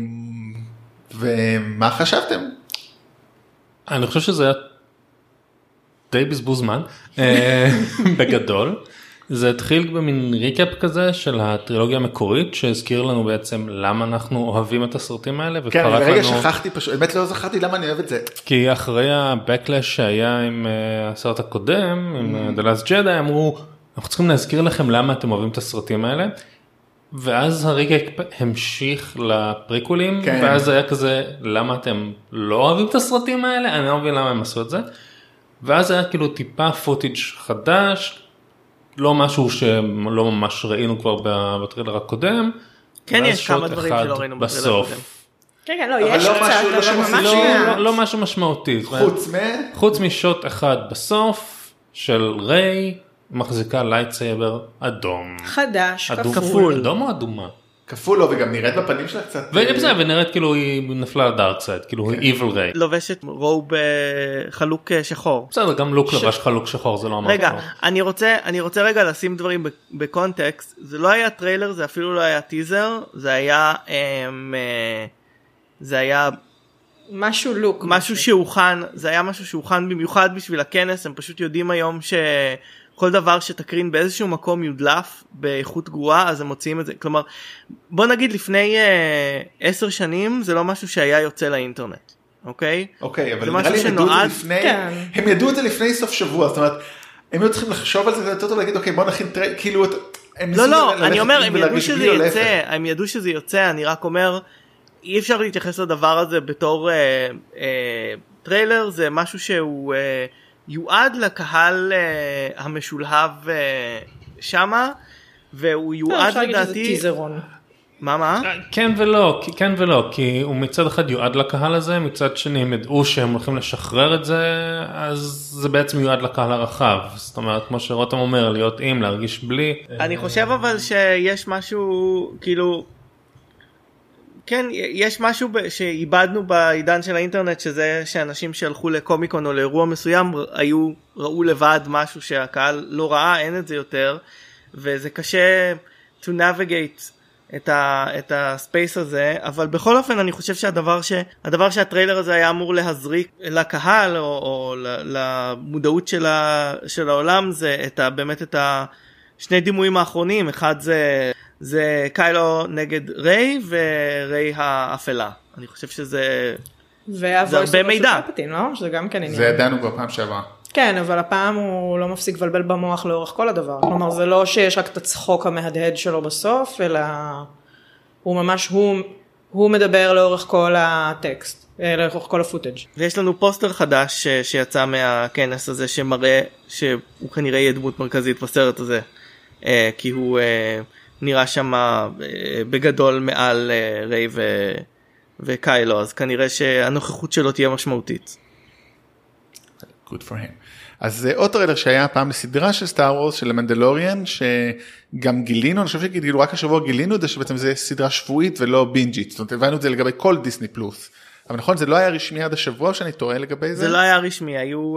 ומה חשבתם? אני חושב שזה היה די בזבוז זמן, בגדול. זה התחיל במין ריקאפ כזה של הטרילוגיה המקורית, שהזכיר לנו בעצם למה אנחנו אוהבים את הסרטים האלה. כן, לרגע שכחתי פשוט, באמת לא זכרתי למה אני אוהב את זה. כי אחרי הבקלש שהיה עם הסרט הקודם, עם The Last Jedi, אמרו, אנחנו צריכים להזכיר לכם למה אתם אוהבים את הסרטים האלה. ואז הריקאפ המשיך לפריקולים, כן. ואז היה כזה, למה אתם לא אוהבים את הסרטים האלה? אני לא מבין למה הם עשו את זה. ואז היה כאילו טיפה פוטיג' חדש, לא משהו שלא ממש ראינו כבר בטריילר הקודם. כן, יש כמה דברים שלא ראינו בטריילר הקודם. כן, כן, לא, יש קצת, אבל ממש לא משהו משמעותי. חוץ משוט אחד בסוף של ריי, מחזיקה לייטסייבר אדום. חדש, כפול. אדום או אדומה? כפול לו, וגם נראית בפנים שלה קצת. ונראית כאילו היא נפלה לדארק סייד, כאילו היא evil ray. לובשת רוב חלוק שחור. בסדר, גם לוק לבש חלוק שחור, זה לא אמר. רגע, אני רוצה רגע לשים דברים בקונטקסט. זה לא היה טריילר, זה אפילו לא היה טיזר, זה היה משהו לוק. משהו שהוכן, זה היה משהו שהוכן במיוחד בשביל הכנס, הם פשוט יודעים היום כל דבר שתקרין באיזשהו מקום יודלף באיכות גרועה, אז הם מוציאים את זה. כלומר, בוא נגיד לפני 10 שנים, זה לא משהו שהיה יוצא לאינטרנט. אוקיי? אוקיי, אבל נראה לי הם ידעו את זה לפני סוף שבוע, זאת אומרת, הם היו צריכים לחשוב על זה, יותר טוב להגיד, אוקיי, בוא נכין כאילו, לא, אני אומר, הם ידעו שזה יוצא, אני רק אומר, אי אפשר להתייחס לדבר הזה בתור טריילר, זה משהו שהוא יועד לקהל המשולהב שמה, והוא יועד לדעתי... מה? כן ולא, כי הוא מצד אחד יועד לקהל הזה, מצד שני הם ידעו שהם הולכים לשחרר את זה, אז זה בעצם יועד לקהל הרחב. זאת אומרת, כמו שרותם אומר, להיות עם, להרגיש בלי. אני חושב אבל שיש משהו, כאילו, כן, יש משהו שאיבדנו בעידן של האינטרנט, שזה שאנשים שהלכו לקומיקון או לאירוע מסוים, ראו לבד משהו שהקהל לא ראה, אין את זה יותר, וזה קשה to navigate את הספייס הזה, אבל בכל אופן אני חושב שהדבר שהטריילר הזה היה אמור להזריק לקהל או למודעות של העולם, זה באמת את השני דימויים האחרונים. אחד זה קיילו נגד ריי וריי האפלה. אני חושב שזה הרבה מידע. שזה גם כן עניין. זה ידענו בפעם שעברה. כן, אבל הפעם הוא לא מפסיק לבלבל במוח לאורך כל הדבר. כלומר, זה לא שיש רק את הצחוק המהדהד שלו בסוף, אלא הוא ממש, הוא מדבר לאורך כל הטקסט, לאורך כל הפוטאג'. ויש לנו פוסטר חדש שיצא מהכנס הזה, שמראה שהוא כנראה יהיה דמות מרכזית בסרט הזה, כי הוא נראה שם בגדול מעל ריי וקיילו, אז כנראה שהנוכחות שלו תהיה משמעותית. Good for him. אז עוד טריילר שהיה פעם לסדרה של סטאר וורס של המנדלוריאן, שגם גילינו, אני חושב שגילינו רק השבוע גילינו את זה, שבעצם זה סדרה שבועית ולא בינג'ית, זאת אומרת הבנו את זה לגבי כל דיסני פלוס, אבל נכון זה לא היה רשמי עד השבוע שאני טועה לגבי זה? זה לא היה רשמי, היו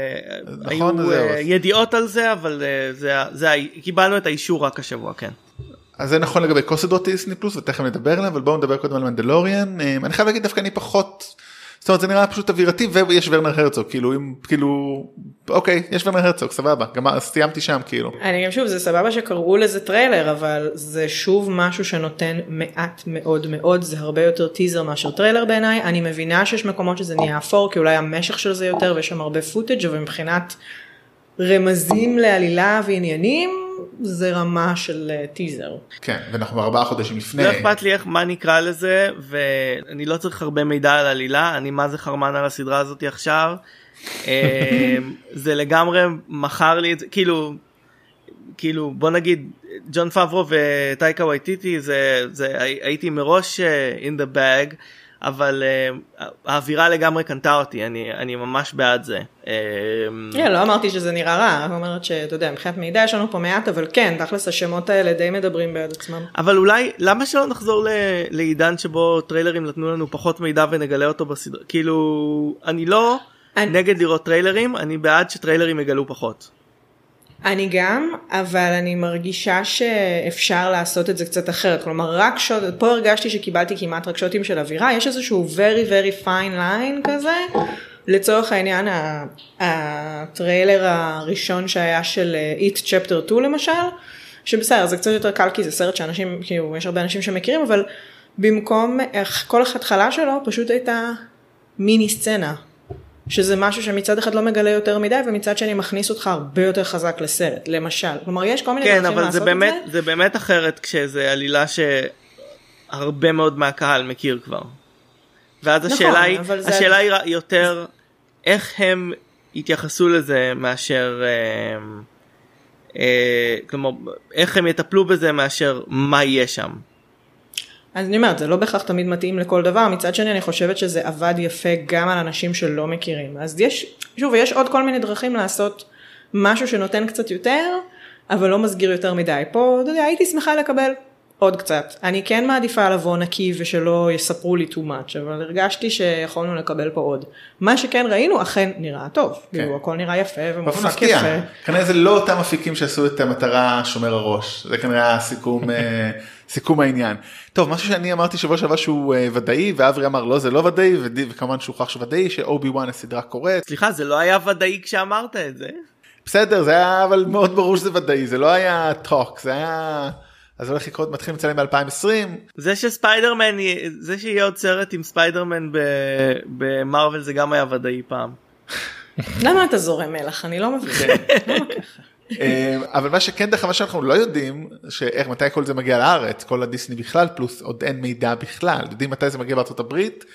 ידיעות על זה, אבל קיבלנו את האישור רק השבוע, כן. אז זה נכון לגבי כל סדרות דיסני פלוס, ותכף נדבר עליהם, אבל בואו נדבר קודם על מנדלוריאן. אני חייב להגיד דווקא אני פחות, זאת אומרת זה נראה פשוט אווירתי, ויש ורנר הרצוג, כאילו, אוקיי, יש ורנר הרצוג, סבבה, גם סיימתי שם כאילו. אני גם שוב, זה סבבה שקראו לזה טריילר, אבל זה שוב משהו שנותן מעט מאוד מאוד, זה הרבה יותר טיזר מאשר טריילר בעיניי. אני מבינה שיש מקומות שזה נהיה אפור, כי אולי המשך של זה יותר, ויש שם הרבה פוטאג', ומבחינת רמזים לעלילה ועניינים, זה רמה של טיזר. כן, ואנחנו 4 חודשים לפני. לא אכפת לי איך מה נקרא לזה, ואני לא צריך הרבה מידע על עלילה, אני מה זה חרמן על הסדרה הזאת עכשיו. זה לגמרי מכר לי את זה, כאילו בוא נגיד, ג'ון פאברו וטייקה וייטיטי, הייתי מראש in the bag, אבל האווירה לגמרי קנתה אותי, אני ממש בעד זה. לא אמרתי שזה נראה רע, אני אומרת שאתה יודע, מבחינת מידע יש לנו פה מעט, אבל כן, תכלס השמות האלה די מדברים בעד עצמם. אבל אולי, למה שלא נחזור לעידן שבו טריילרים נתנו לנו פחות מידע ונגלה אותו בסדרה? כאילו, אני לא נגד לראות טריילרים, אני בעד שטריילרים יגלו פחות. אני גם, אבל אני מרגישה שאפשר לעשות את זה קצת אחרת, כלומר רק שוט, פה הרגשתי שקיבלתי כמעט רק שוטים של אווירה, יש איזשהו very very fine line כזה, לצורך העניין הטריילר הראשון שהיה של It Chapter 2 למשל, שבסדר, זה קצת יותר קל כי זה סרט שאנשים, כאילו יש הרבה אנשים שמכירים, אבל במקום כל ההתחלה שלו פשוט הייתה מיני סצנה, שזה משהו שמצד אחד לא מגלה יותר מדי, ומצד שני מכניס אותך הרבה יותר חזק לסרט, למשל. כלומר, יש כל מיני דרכים לעשות את זה. כן, אבל זה באמת אחרת כשזה עלילה שהרבה מאוד מהקהל מכיר כבר. ואז השאלה היא יותר איך הם התייחסו לזה מאשר, כלומר, איך הם יטפלו בזה מאשר מה יהיה שם. אז אני אומרת, זה לא בכך תמיד מתאים לכל דבר, מצד שני אני חושבת שזה עבד יפה גם על אנשים שלא מכירים. אז יש עוד כל מיני דרכים לעשות משהו שנותן קצת יותר, אבל לא מסגיר יותר מדי. פה, אתה יודע, הייתי שמחה לקבל עוד קצת. אני כן מעדיפה לבוא נקי ושלא יספרו לי too much, אבל הרגשתי שיכולנו לקבל פה עוד. מה שכן ראינו אכן נראה טוב. כן. הכל נראה יפה ומופק יפה. כנראה זה לא אותם אפיקים שעשו את המטרה שומר הראש. זה כנראה סיכום העניין. טוב, משהו שאני אמרתי שבוע שעבר שהוא ודאי, ואברי אמר לא, זה לא ודאי, וכמובן שהוכח שוודאי, שאובי וואן הסדרה קורית. סליחה, זה לא היה ודאי כשאמרת את זה. בסדר, זה היה אבל מאוד ברור שזה ודאי, זה לא היה טוק, זה היה... אז הולך לקרות, מתחילים לצלם ב-2020. זה שספיידרמן, זה שיהיה עוד סרט עם ספיידרמן במרוול, זה גם היה ודאי פעם. למה אתה זורם מלח? אני לא מבין. אבל מה שכן דרך מה שאנחנו לא יודעים, שאיך מתי כל זה מגיע לארץ, כל הדיסני בכלל, פלוס עוד אין מידע בכלל. יודעים מתי זה מגיע בארצות הברית?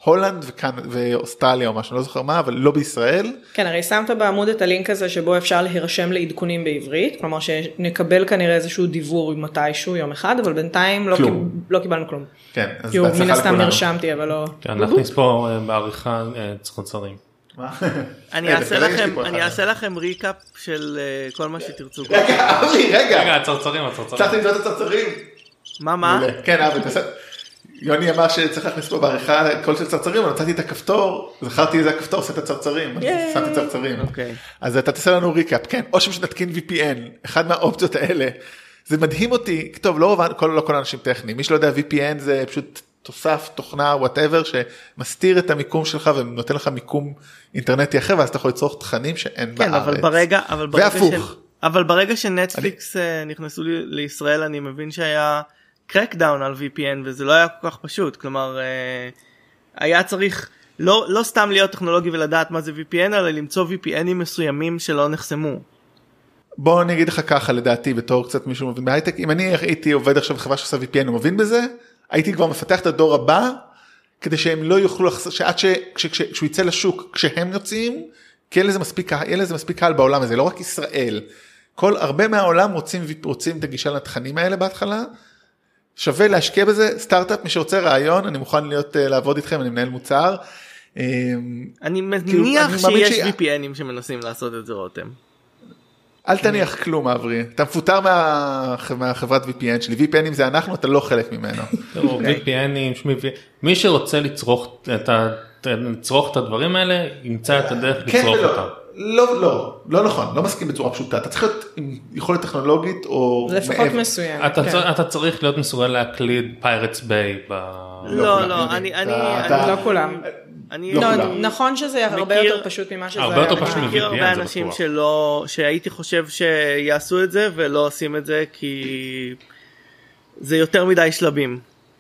הולנד ואוסטרליה או משהו, לא זוכר מה, אבל לא בישראל. כן, הרי שמת בעמוד את הלינק הזה שבו אפשר להירשם לעדכונים בעברית, כלומר שנקבל כנראה איזשהו דיוור מתישהו יום אחד, אבל בינתיים לא קיבלנו כלום. כן, אז כי בהצלחה מן הסתם לכולנו. נרשמתי, אבל לא... כן, נכניס פה בעריכה צרצרים. אני אעשה לכם ריקאפ של כל מה שתרצו. רגע, אברי, רגע, הצרצרים. הצלחתי לבדוק את הצרצרים. מה? כן, אברי, תעשה. יוני אמר שצריך להכניס פה בעריכה קול של צרצרים, אבל נתתי את הכפתור, זכרתי איזה הכפתור, עושה את הצרצרים, שמתי צרצרים. אז אתה תעשה לנו ריקאפ, כן, או שנתקין VPN, אחד מהאופציות האלה, זה מדהים אותי, טוב, לא כל האנשים טכניים, מי שלא יודע, VPN זה פשוט תוסף, תוכנה, whatever, שמסתיר את המיקום שלך ונותן לך מיקום אינטרנטי אחר, ואז אתה יכול לצרוך תכנים שאין בארץ. והפוך. אבל ברגע שנטפליקס נכנסו לישראל, אני מבין שהיה קרקדאון על VPN, וזה לא היה כל כך פשוט, כלומר, היה צריך לא סתם להיות טכנולוגי ולדעת מה זה VPN, אלא למצוא VPNים מסוימים שלא נחסמו. בוא אני אגיד לך ככה, לדעתי, בתור קצת מישהו מבין בהייטק, אם אני הייתי עובד עכשיו בחברה שעושה VPN ומבין בזה, הייתי כבר מפתח את הדור הבא, כדי שהם לא יוכלו, שעד שהוא יצא לשוק, כשהם יוצאים, כי יהיה לזה מספיק קהל בעולם הזה, לא רק ישראל. הרבה מהעולם רוצים את הגישה לתכנים האלה בהתחלה, שווה להשקיע בזה, סטארט-אפ, מי שרוצה רעיון, אני מוכן לעבוד איתכם, אני מנהל מוצר. אני מניח שיש VPNים שמנסים לעשות את זה רותם. אל תניח כלום, אברי. אתה מפוטר מהחברת VPN שלי. VPNים זה אנחנו, אתה לא חלק ממנו. VPNים, מי שרוצה לצרוך את הדברים האלה, ימצא את הדרך לצרוך אותם. לא נכון, לא מסכים בצורה פשוטה. אתה צריך להיות עם יכולת טכנולוגית או... זה לפחות מסוים. אתה צריך להיות מסוגל להקליד פיירטס ביי. לא, אני... לא כולם. נכון שזה הרבה יותר פשוט ממה שזה היה. הרבה יותר פשוט אני מכיר הרבה אנשים שהייתי חושב שיעשו את זה ולא עושים את זה כי זה יותר מדי שלבים.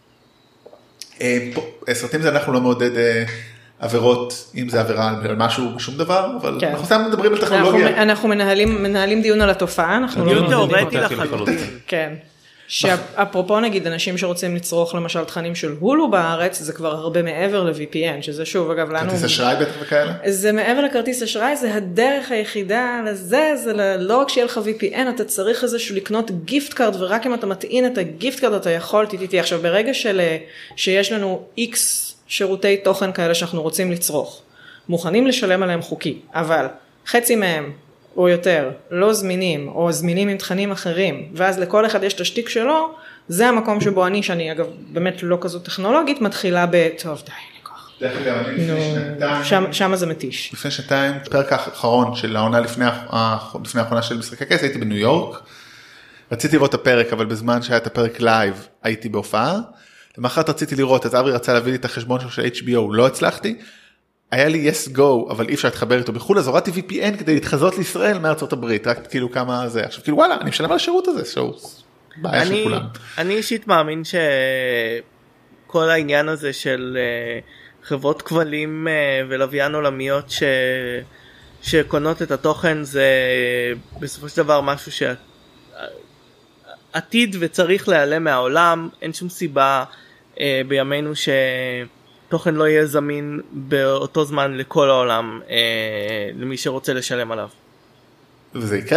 סרטים זה אנחנו לא מעודד עבירות, אם זה עבירה על משהו, שום דבר, אבל אנחנו סתם מדברים על טכנולוגיה. אנחנו מנהלים דיון על התופעה, אנחנו דיון תיאורטי לחלוטין. כן. שאפרופו נגיד אנשים שרוצים לצרוך למשל תכנים של הולו בארץ, זה כבר הרבה מעבר ל-VPN, שזה שוב אגב לנו... כרטיס אשראי בטח וכאלה? זה מעבר לכרטיס אשראי, זה הדרך היחידה לזה, זה לא רק שיהיה לך VPN, אתה צריך איזשהו לקנות גיפט קארד, ורק אם אתה מטעין את הגיפט קארד אתה יכול, תתתי. עכשיו ברגע שיש לנו X שירותי תוכן כאלה שאנחנו רוצים לצרוך, מוכנים לשלם עליהם חוקי, אבל חצי מהם או יותר, לא זמינים, או זמינים עם תכנים אחרים, ואז לכל אחד יש את השטיק שלו, זה המקום שבו שאני אגב, באמת לא כזו טכנולוגית, מתחילה טוב, די, לקוח. דרך אגב, אני לפני שנתיים... שמה זה מתיש. לפני שנתיים, פרק האחרון של העונה לפני האחרונה של משחקי הכס, הייתי בניו יורק, רציתי לראות את הפרק, אבל בזמן שהיה את הפרק לייב, הייתי בהופעה, למחרת רציתי לראות, אז אברי רצה להביא לי את החשבון של HBO, לא הצלחתי, היה לי yes go, אבל אי אפשר להתחבר איתו בחו"ל, אז הורדתי VPN כדי להתחזות לישראל מארצות הברית, רק כאילו כמה זה, עכשיו כאילו וואלה, אני משלם על השירות הזה, בעיה של כולם. אני אישית מאמין שכל העניין הזה של חברות כבלים ולוויין עולמיות שקונות את התוכן, זה בסופו של דבר משהו שעתיד וצריך להיעלם מהעולם, אין שום סיבה בימינו תוכן לא יהיה זמין באותו זמן לכל העולם, למי שרוצה לשלם עליו. וזה יקרה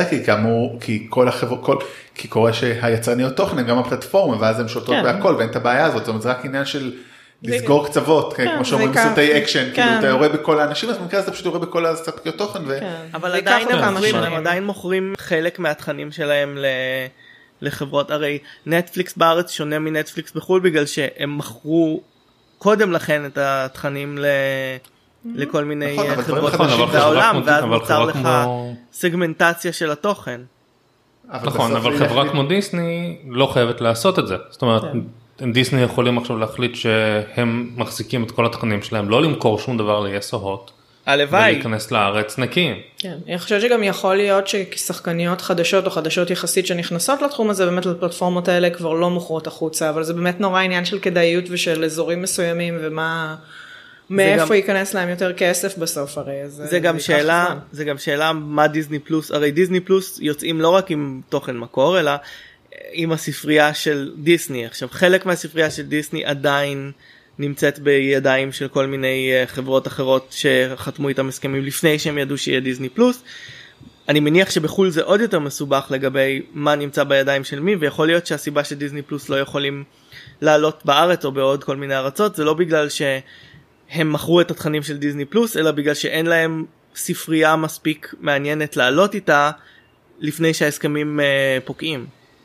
כי קורה שהיצרניות תוכן גם הפלטפורמה, ואז הן שולטות בהכל, ואין את הבעיה הזאת, זאת אומרת, זה רק עניין של לסגור קצוות, כמו שאומרים בסרטי אקשן, כאילו אתה יורה בכל האנשים, אז במקרה הזה אתה פשוט יורה בכל הספקיות תוכן. אבל הם עדיין מוכרים חלק מהתכנים שלהם לחברות, הרי נטפליקס בארץ שונה מנטפליקס בחול, בגלל שהם מכרו קודם לכן את התכנים לכל מיני חברות בעולם, ואז נוצר לך סגמנטציה של התוכן. נכון, אבל חברה כמו דיסני לא חייבת לעשות את זה. זאת אומרת, דיסני יכולים עכשיו להחליט שהם מחזיקים את כל התכנים שלהם, לא למכור שום דבר ל-yes או hot, הלוואי. ולהיכנס לארץ נקיים. כן, אני חושבת שגם יכול להיות ששחקניות חדשות או חדשות יחסית שנכנסות לתחום הזה, באמת לפלטפורמות האלה כבר לא מוכרות החוצה, אבל זה באמת נורא עניין של כדאיות ושל אזורים מסוימים, מאיפה ייכנס להם יותר כסף בסוף הרי. זה גם שאלה מה דיסני פלוס, הרי דיסני פלוס יוצאים לא רק עם תוכן מקור, אלא עם הספרייה של דיסני. עכשיו, חלק מהספרייה של דיסני עדיין נמצאת בידיים של כל מיני חברות אחרות שחתמו איתם הסכמים לפני שהם ידעו שיהיה דיסני פלוס. אני מניח שבחול זה עוד יותר מסובך לגבי מה נמצא בידיים של מי, ויכול להיות שהסיבה שדיסני פלוס לא יכולים לעלות בארץ או בעוד כל מיני ארצות, זה לא בגלל שהם מכרו את התכנים של דיסני פלוס, אלא בגלל שאין להם ספרייה מספיק מעניינת לעלות איתה לפני שההסכמים פוקעים.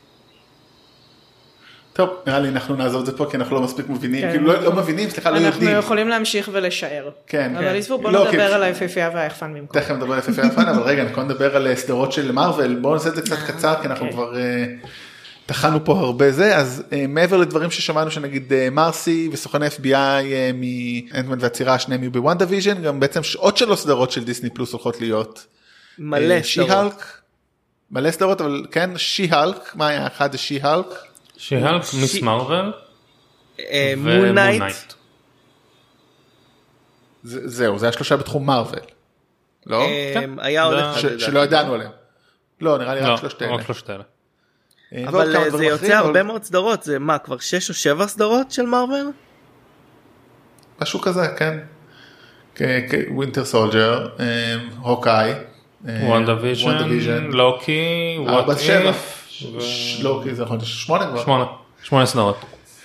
טוב, נראה לי אנחנו נעזוב את זה פה, כי אנחנו לא מספיק מבינים, כאילו לא מבינים, סליחה, לא יודעים. אנחנו יכולים להמשיך ולשער. כן. אבל עזבו, בוא נדבר על היפיפייה והיחפן במקום. תכף נדבר על היפיפייה והיחפן, אבל רגע, אנחנו נדבר על סדרות של מארוול, בואו נעשה את זה קצת קצר, כי אנחנו כבר תחנו פה הרבה זה, אז מעבר לדברים ששמענו, שנגיד מרסי וסוכן ה-FBI מאנטמן והצירה, שניהם יהיו בוואנדה ויז'ן, גם בעצם עוד 3 סדרות של דיסני פלוס הולכות להיות. מלא סדרות. מלא סדרות, אבל כן, שי-הלק, מה היה אחד זה שי-הלק? שי-הלק, מיס מרוול ומונייט. זהו, זה היה 3 בתחום מרוול. לא? היה עוד אחד. שלא ידענו עליהם. לא, נראה לי רק 3 האלה. רק 3 האלה. אבל זה יוצא הרבה מאוד סדרות, זה מה, כבר 6 או 7 סדרות של מרוול? משהו כזה, כן. ווינטר סולג'ר, הוקאי, וואנדה ויז'ן, לוקי, וואט איף. לוקי זה 8 כבר. 8 סדרות.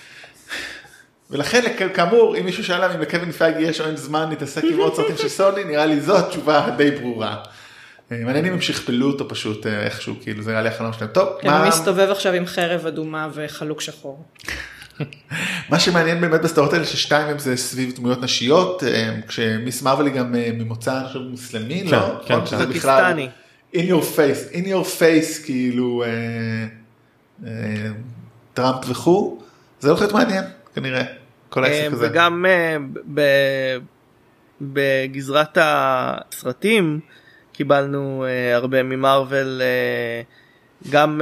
ולכן כאמור, אם מישהו שאלה אם לקווין פייגי יש או אין זמן להתעסק עם עוד סרטים של סוני, נראה לי זו התשובה די ברורה. מעניין אם הם שכפלו אותו פשוט איכשהו, כאילו זה נראה לי החלום שלהם. טוב, הוא מסתובב עכשיו עם חרב אדומה וחלוק שחור. מה שמעניין באמת בסדרות האלה ששתיים הם זה סביב דמויות נשיות, כשמיס מרוול היא גם ממוצא מוסלמי, לא? כן, שזה בכלל in your face, כאילו טראמפ וכו', זה הולך להיות מעניין, כנראה, כל העסק הזה. וגם בגזרת הסרטים, קיבלנו הרבה ממרוול, גם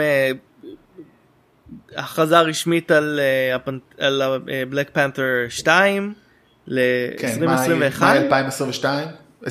הכרזה רשמית על בלק פנת'ר 2 ל-2021. מאי 2022?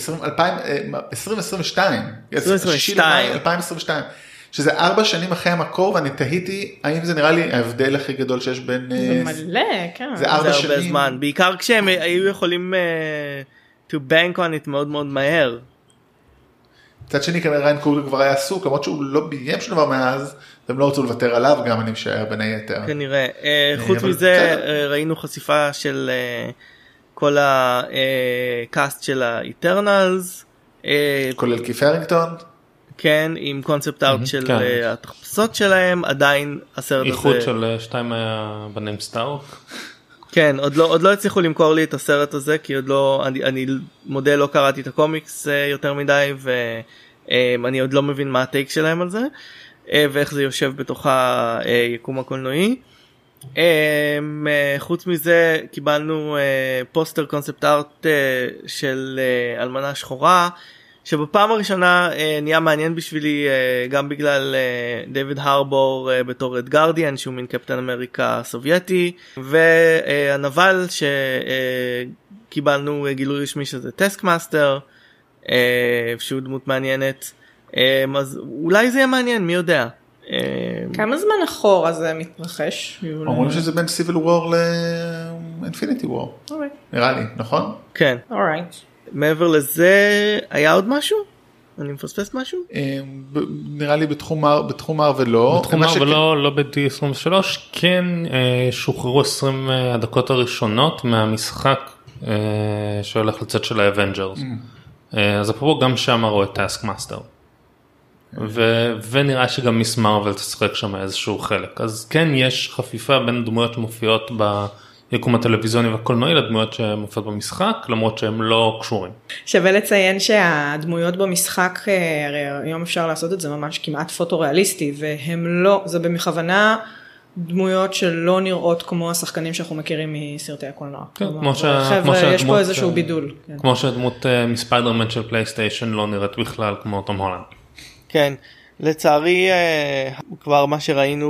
2022. 2022. שזה 4 שנים אחרי המקור, ואני תהיתי, האם זה נראה לי ההבדל הכי גדול שיש בין... זה מלא, כן. זה 4 שנים. זה הרבה זמן, בעיקר כשהם היו יכולים to bank on it מאוד מאוד מהר. מצד שני, כנראה ריין קוגלר כבר היה עסוק, למרות שהוא לא ביים שום דבר מאז, והם לא רצו לוותר עליו, גם אני משער בין היתר. כנראה. חוץ מזה, ראינו חשיפה של כל הקאסט של האיטרנלס. כולל קיף הרינגטון. כן, עם קונספט ארט של התחפושות שלהם, עדיין הסרט הזה... איחוד של 2 בנים סטארק. כן, עוד לא הצליחו למכור לי את הסרט הזה, כי עוד לא, אני מודה לא קראתי את הקומיקס יותר מדי, ואני עוד לא מבין מה הטייק שלהם על זה, ואיך זה יושב בתוך היקום הקולנועי. חוץ מזה, קיבלנו פוסטר קונספט ארט של אלמנה שחורה, שבפעם הראשונה נהיה מעניין בשבילי גם בגלל דיוויד הרבור בתור רד גרדיאן שהוא מין קפטן אמריקה סובייטי, והנבל שקיבלנו גילוי רשמי שזה טסק מאסטר שהוא דמות מעניינת, אז אולי זה יהיה מעניין, מי יודע. כמה זמן אחורה זה מתרחש? אומרים שזה בין סיביל וור לאינפיניטי וור, נראה לי, נכון? כן. אורייט. מעבר לזה, היה עוד משהו? אני מפספס משהו? נראה לי בתחום מארוול לא. בתחום מארוול לא ב-D23, כן שוחררו 20 הדקות הראשונות מהמשחק שהולך לצאת של האבנג'רס. אז אפרופו גם שם ראו את טאסק מאסטר. ונראה שגם מיס מרוול תשחק שם איזשהו חלק. אז כן יש חפיפה בין דמויות שמופיעות ביקום הטלוויזיוני והקולנועי לדמויות שמופיעות במשחק, למרות שהם לא קשורים. שווה לציין שהדמויות במשחק, הרי היום אפשר לעשות את זה ממש כמעט פוטו-ריאליסטי, והם לא, זה במכוונה דמויות שלא נראות כמו השחקנים שאנחנו מכירים מסרטי הקולנוע. כן, חבר'ה, יש פה איזשהו בידול. כמו שהדמות מספיידרמן של פלייסטיישן לא נראית בכלל כמו תום הולנד. כן, לצערי כבר מה שראינו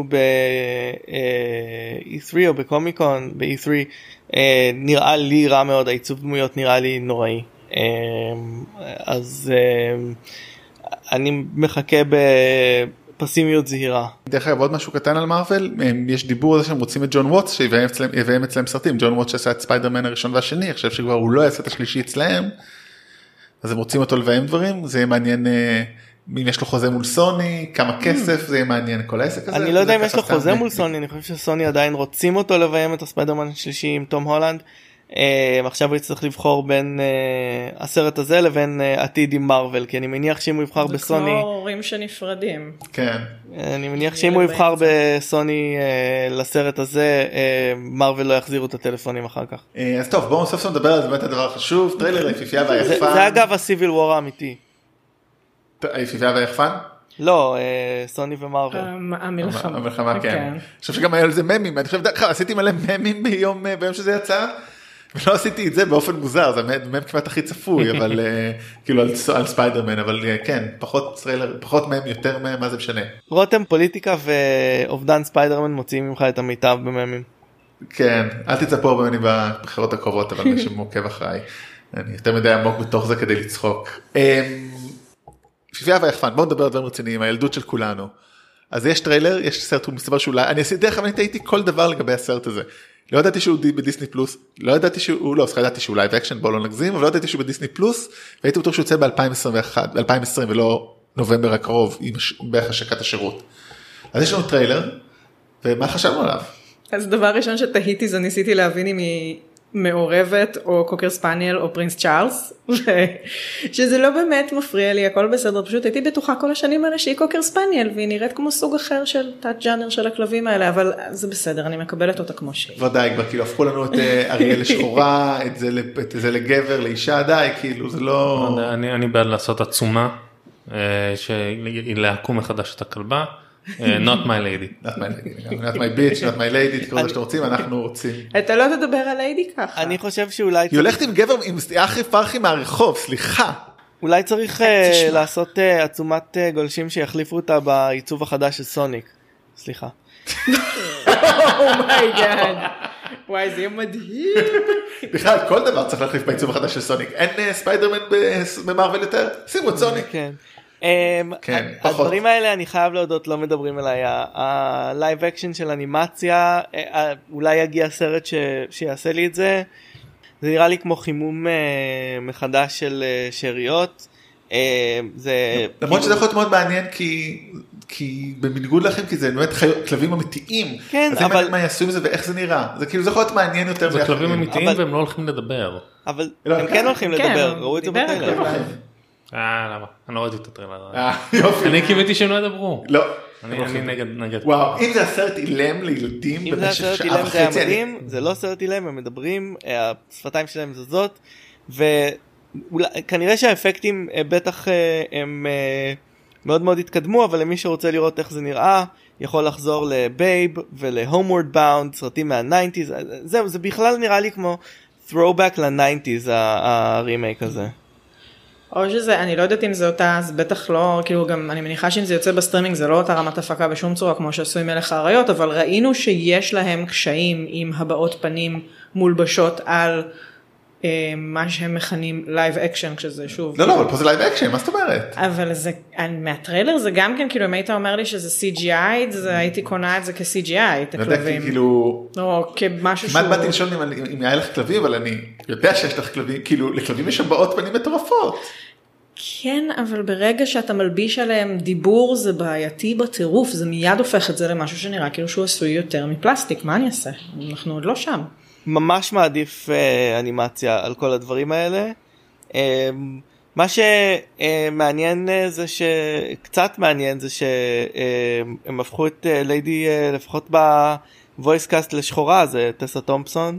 ב-E3 או בקומיקון, ב-E3 נראה לי רע מאוד, העיצוב דמויות נראה לי נוראי. אז אני מחכה פסימיות זהירה. דרך אגב עוד משהו קטן על מארוול, יש דיבור על זה שהם רוצים את ג'ון ווטס שיביים אצלם סרטים, ג'ון ווטס שעשה את ספיידרמן הראשון והשני, עכשיו שכבר הוא לא יעשה את השלישי אצלהם, אז הם רוצים אותו לביים דברים, זה יהיה מעניין אם יש לו חוזה מול סוני, כמה כסף, זה יהיה מעניין כל העסק הזה. אני לא יודע אם יש לו חוזה מול סוני, אני חושב שסוני עדיין רוצים אותו לביים את הספיידרמן השלישי עם תום הולנד, עכשיו הוא יצטרך לבחור בין הסרט הזה לבין עתיד עם מארוול, כי אני מניח שאם הוא יבחר בסוני... זה כמו הורים שנפרדים. כן. אני מניח שאם הוא יבחר בסוני לסרט הזה, מארוול לא יחזירו את הטלפונים אחר כך. אז טוב, בואו סוף סוף נדבר על זה, באמת הדבר החשוב, טריילר היפיפייה והיחפן. זה אגב הסיביל וור האמיתי. היפיפייה והיחפן? לא, סוני ומארוול. המלחמה, כן. אני חושב שגם היה על זה ממים, אני חושב, עשיתי מלא ממים ביום שזה יצא, ולא עשיתי את זה באופן מוזר, זה מם כמעט הכי צפוי, אבל כאילו על ספיידרמן, אבל כן, פחות מם, יותר מם, מה זה משנה? רותם, פוליטיקה ואובדן ספיידרמן מוציאים ממך את המיטב בממים. כן, אל תצפו ממני בבחירות הקרובות, אבל מי שמעוקב אחריי, אני יותר מדי עמוק בתוך זה כדי לצחוק. היפיפייה והיחפן, בואו נדבר על דברים רציניים, הילדות של כולנו. אז יש טריילר, יש סרט, הוא מסתבר שאולי, אני עשיתי דרך, אבל אני טעיתי כל דבר לגבי הסרט הזה. לא ידעתי שהוא בדיסני פלוס, לא ידעתי שהוא, לא, ידעתי שהוא לייב אקשן, בואו לא נגזים, אבל לא ידעתי שהוא בדיסני פלוס, והייתי בטוח שהוא יוצא ב-2020 ולא נובמבר הקרוב, בערך השקת השירות. אז יש לנו טריילר, ומה חשבנו עליו? אז דבר ראשון שתהיתי זה ניסיתי להבין אם היא מעורבת או קוקר ספניאל או פרינס צ'ארלס, שזה לא באמת מפריע לי, הכל בסדר, פשוט הייתי בטוחה כל השנים האלה שהיא קוקר ספניאל, והיא נראית כמו סוג אחר של תת ג'אנר של הכלבים האלה, אבל זה בסדר, אני מקבלת אותה כמו שהיא. ודאי, כבר כאילו הפכו לנו את אריה לשחורה, את זה לגבר, לאישה, די, כאילו זה לא... אני בעד לעשות עצומה, שהיא להקום מחדש את הכלבה, not my lady. not my lady, not my bitch, not my lady, תקראו מה שאתם רוצים, אנחנו רוצים. אתה לא תדבר על ליידי ככה. אני חושב שאולי... היא הולכת עם גבר, עם אחי פרחי מהרחוב, סליחה. אולי צריך לעשות עצומת גולשים שיחליפו אותה בעיצוב החדש של סוניק. סליחה. אומייגאד. וואי, זה יהיה מדהים. בכלל, כל דבר צריך להחליף בעיצוב החדש של סוניק. אין ספיידרמן במארוול יותר? שימו את סוניק. כן. כן, פחות. הדברים האלה אני חייב להודות לא מדברים אליי, הלייב אקשן של אנימציה, אולי יגיע סרט שיעשה לי את זה, זה נראה לי כמו חימום מחדש של שאריות, למרות שזה יכול להיות מאוד מעניין כי בניגוד לכם, כי זה באמת כלבים אמיתיים, אז אם מה יעשו עם זה ואיך זה נראה, זה כאילו זה יכול להיות מעניין יותר. זה כלבים אמיתיים והם לא הולכים לדבר. אבל הם כן הולכים לדבר, ראו את זה בטריילר. למה? אני לא ראיתי את הטריילר. אני קיוויתי שהם לא ידברו. לא. אני נגד. וואו, אם זה הסרט אילם לילדים במשך שעה וחצי. זה לא סרט אילם, הם מדברים, השפתיים שלהם זזות, וכנראה שהאפקטים בטח הם מאוד מאוד התקדמו, אבל למי שרוצה לראות איך זה נראה, יכול לחזור לבייב ולהומוורד באונד, סרטים מה-90s, זהו, זה בכלל נראה לי כמו throwback ל-90s, הרימייק הזה. או שזה, אני לא יודעת אם זה אותה, אז בטח לא, כאילו גם, אני מניחה שאם זה יוצא בסטרימינג, זה לא אותה רמת הפקה בשום צורה, כמו שעשו עם מלך האריות, אבל ראינו שיש להם קשיים עם הבעות פנים מולבשות על מה שהם מכנים לייב אקשן, כשזה שוב. לא, אבל פה זה לייב אקשן, מה זאת אומרת? אבל זה, מהטריילר זה גם כן, כאילו אם היית אומר לי שזה CGI, זה הייתי קונה את זה כ-CGI, את הכלבים. כאילו... או כמשהו שהוא... כמעט באתי לשאול אם היה לך כלבים, אבל אני יודע שיש לך כלבים, כאילו לכלבים יש הבעות פנים מטורפות. כן, אבל ברגע שאתה מלביש עליהם דיבור, זה בעייתי בטירוף, זה מיד הופך את זה למשהו שנראה כאילו שהוא עשוי יותר מפלסטיק, מה אני אעשה? אנחנו עוד לא שם. ממש מעדיף אנימציה על כל הדברים האלה. מה שמעניין זה קצת מעניין זה שהם הפכו את ליידי לפחות בוויס קאסט לשחורה, זה טסה תומפסון.